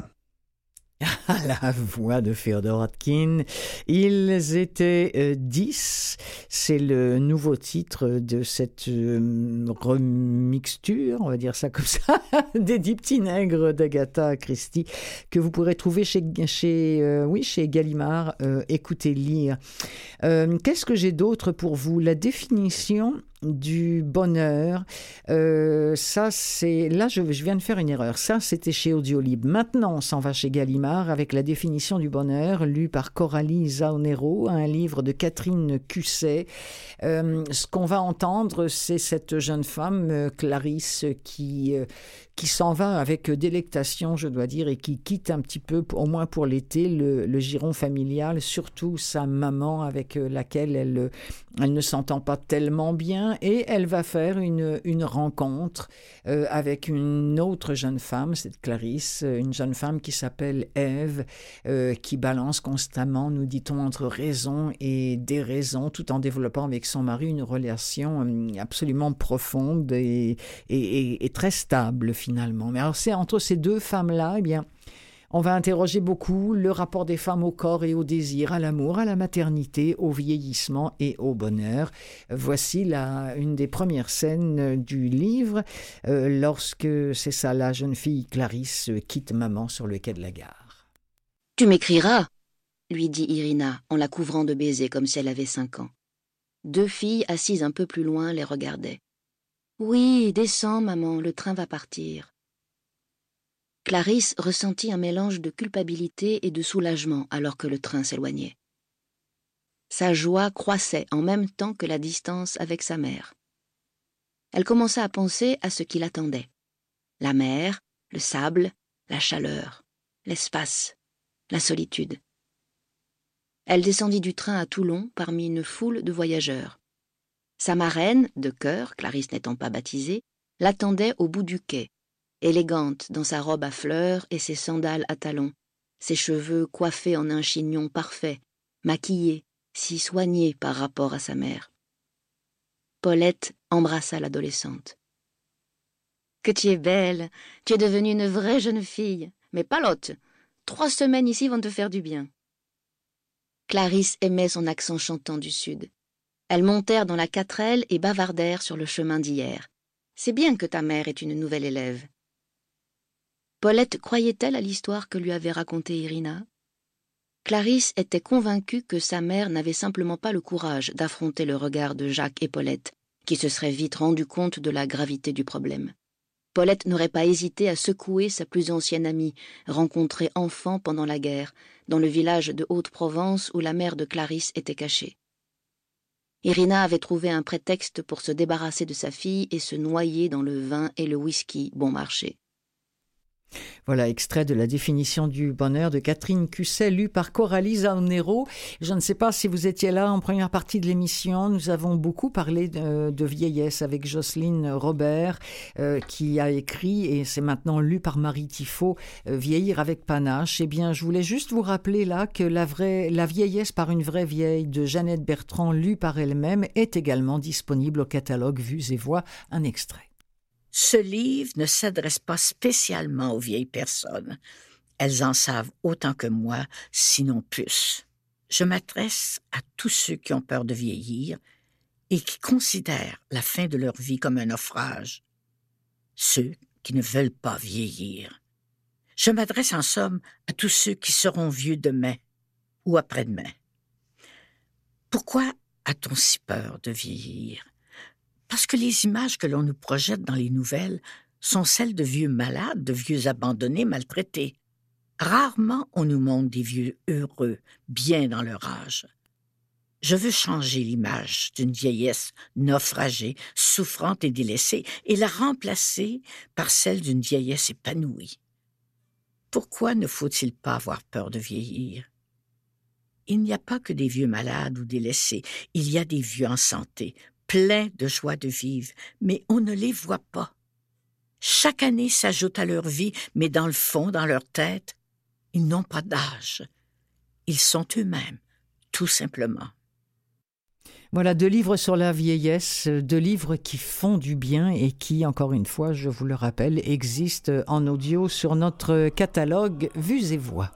À la voix de Féodor Atkin. Ils étaient euh, dix. C'est le nouveau titre de cette euh, remixture, on va dire ça comme ça, des dix petits nègres d'Agatha Christie que vous pourrez trouver chez, chez, euh, oui, chez Gallimard. Euh, écoutez lire. Euh, qu'est-ce que j'ai d'autre pour vous? La définition du bonheur, euh, ça c'est... Là, je, je viens de faire une erreur. Ça, c'était chez Audiolib. Maintenant, on s'en va chez Gallimard avec la définition du bonheur, lue par Coralie Zaonero, un livre de Catherine Cusset. Euh, ce qu'on va entendre, c'est cette jeune femme, euh, Clarisse, qui... Euh, qui s'en va avec délectation, je dois dire, et qui quitte un petit peu, au moins pour l'été, le, le giron familial, surtout sa maman avec laquelle elle, elle ne s'entend pas tellement bien, et elle va faire une, une rencontre euh, avec une autre jeune femme, cette Clarisse, une jeune femme qui s'appelle Ève, euh, qui balance constamment, nous dit-on, entre raison et déraison, tout en développant avec son mari une relation absolument profonde et, et, et, et très stable, finalement. Finalement. Mais alors c'est entre ces deux femmes-là, eh bien, on va interroger beaucoup le rapport des femmes au corps et au désir, à l'amour, à la maternité, au vieillissement et au bonheur. Voici la, une des premières scènes du livre, euh, lorsque, c'est ça, la jeune fille Clarisse quitte maman sur le quai de la gare. « Tu m'écriras » lui dit Irina, en la couvrant de baisers comme si elle avait cinq ans. Deux filles assises un peu plus loin les regardaient. « Oui, descends, maman, le train va partir. » Clarisse ressentit un mélange de culpabilité et de soulagement alors que le train s'éloignait. Sa joie croissait en même temps que la distance avec sa mère. Elle commença à penser à ce qui l'attendait. La mer, le sable, la chaleur, l'espace, la solitude. Elle descendit du train à Toulon parmi une foule de voyageurs. Sa marraine, de cœur, Clarisse n'étant pas baptisée, l'attendait au bout du quai, élégante dans sa robe à fleurs et ses sandales à talons, ses cheveux coiffés en un chignon parfait, maquillée, si soignée par rapport à sa mère. Paulette embrassa l'adolescente. « Que tu es belle, tu es devenue une vraie jeune fille, mais pas l'autre. Trois semaines ici vont te faire du bien. » Clarisse aimait son accent chantant du Sud. Elles montèrent dans la quatrelle et bavardèrent sur le chemin d'hier. « C'est bien que ta mère est une nouvelle élève. » Paulette croyait-elle à l'histoire que lui avait racontée Irina? Clarisse était convaincue que sa mère n'avait simplement pas le courage d'affronter le regard de Jacques et Paulette, qui se seraient vite rendu compte de la gravité du problème. Paulette n'aurait pas hésité à secouer sa plus ancienne amie, rencontrée enfant pendant la guerre, dans le village de Haute-Provence où la mère de Clarisse était cachée. Irina avait trouvé un prétexte pour se débarrasser de sa fille et se noyer dans le vin et le whisky bon marché. Voilà, extrait de la définition du bonheur de Catherine Cusset, lu par Coralie Zaonero. Je ne sais pas si vous étiez là en première partie de l'émission. Nous avons beaucoup parlé de, de vieillesse avec Jocelyne Robert, euh, qui a écrit, et c'est maintenant lu par Marie Tifo, euh, Vieillir avec panache. Eh bien, je voulais juste vous rappeler là que la, vraie, la vieillesse par une vraie vieille de Jeannette Bertrand, lue par elle-même, est également disponible au catalogue Vues et Voix. Un extrait. Ce livre ne s'adresse pas spécialement aux vieilles personnes. Elles en savent autant que moi, sinon plus. Je m'adresse à tous ceux qui ont peur de vieillir et qui considèrent la fin de leur vie comme un naufrage. Ceux qui ne veulent pas vieillir. Je m'adresse en somme à tous ceux qui seront vieux demain ou après-demain. Pourquoi a-t-on si peur de vieillir? Parce que les images que l'on nous projette dans les nouvelles sont celles de vieux malades, de vieux abandonnés, maltraités. Rarement on nous montre des vieux heureux, bien dans leur âge. Je veux changer l'image d'une vieillesse naufragée, souffrante et délaissée, et la remplacer par celle d'une vieillesse épanouie. Pourquoi ne faut-il pas avoir peur de vieillir? Il n'y a pas que des vieux malades ou délaissés, il y a des vieux en santé, pleins de joie de vivre, mais on ne les voit pas. Chaque année s'ajoute à leur vie, mais dans le fond, dans leur tête, ils n'ont pas d'âge. Ils sont eux-mêmes, tout simplement. Voilà, deux livres sur la vieillesse, deux livres qui font du bien et qui, encore une fois, je vous le rappelle, existent en audio sur notre catalogue Vues et Voix.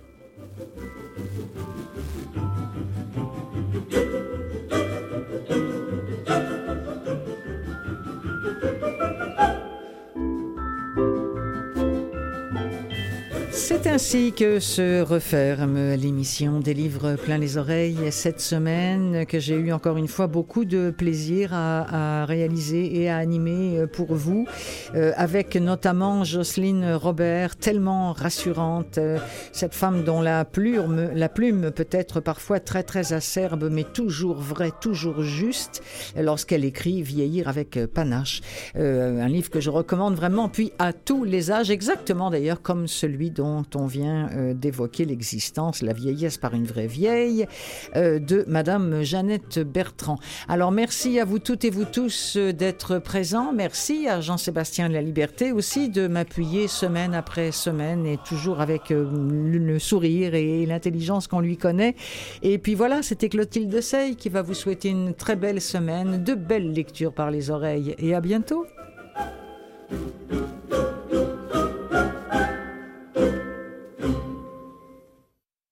C'est ainsi que se referme l'émission des livres plein les oreilles cette semaine, que j'ai eu encore une fois beaucoup de plaisir à, à réaliser et à animer pour vous, euh, avec notamment Jocelyne Robert, tellement rassurante, euh, cette femme dont la plume, la plume peut être parfois très très acerbe, mais toujours vraie, toujours juste, lorsqu'elle écrit Vieillir avec panache. Euh, un livre que je recommande vraiment, puis à tous les âges, exactement d'ailleurs comme celui dont on vient euh, d'évoquer l'existence, la vieillesse par une vraie vieille, euh, de Madame Jeannette Bertrand. Alors merci à vous toutes et vous tous euh, d'être présents. Merci à Jean-Sébastien Laliberté aussi de m'appuyer semaine après semaine et toujours avec euh, le sourire et l'intelligence qu'on lui connaît. Et puis voilà, c'était Clotilde Sey qui va vous souhaiter une très belle semaine, de belles lectures par les oreilles et à bientôt.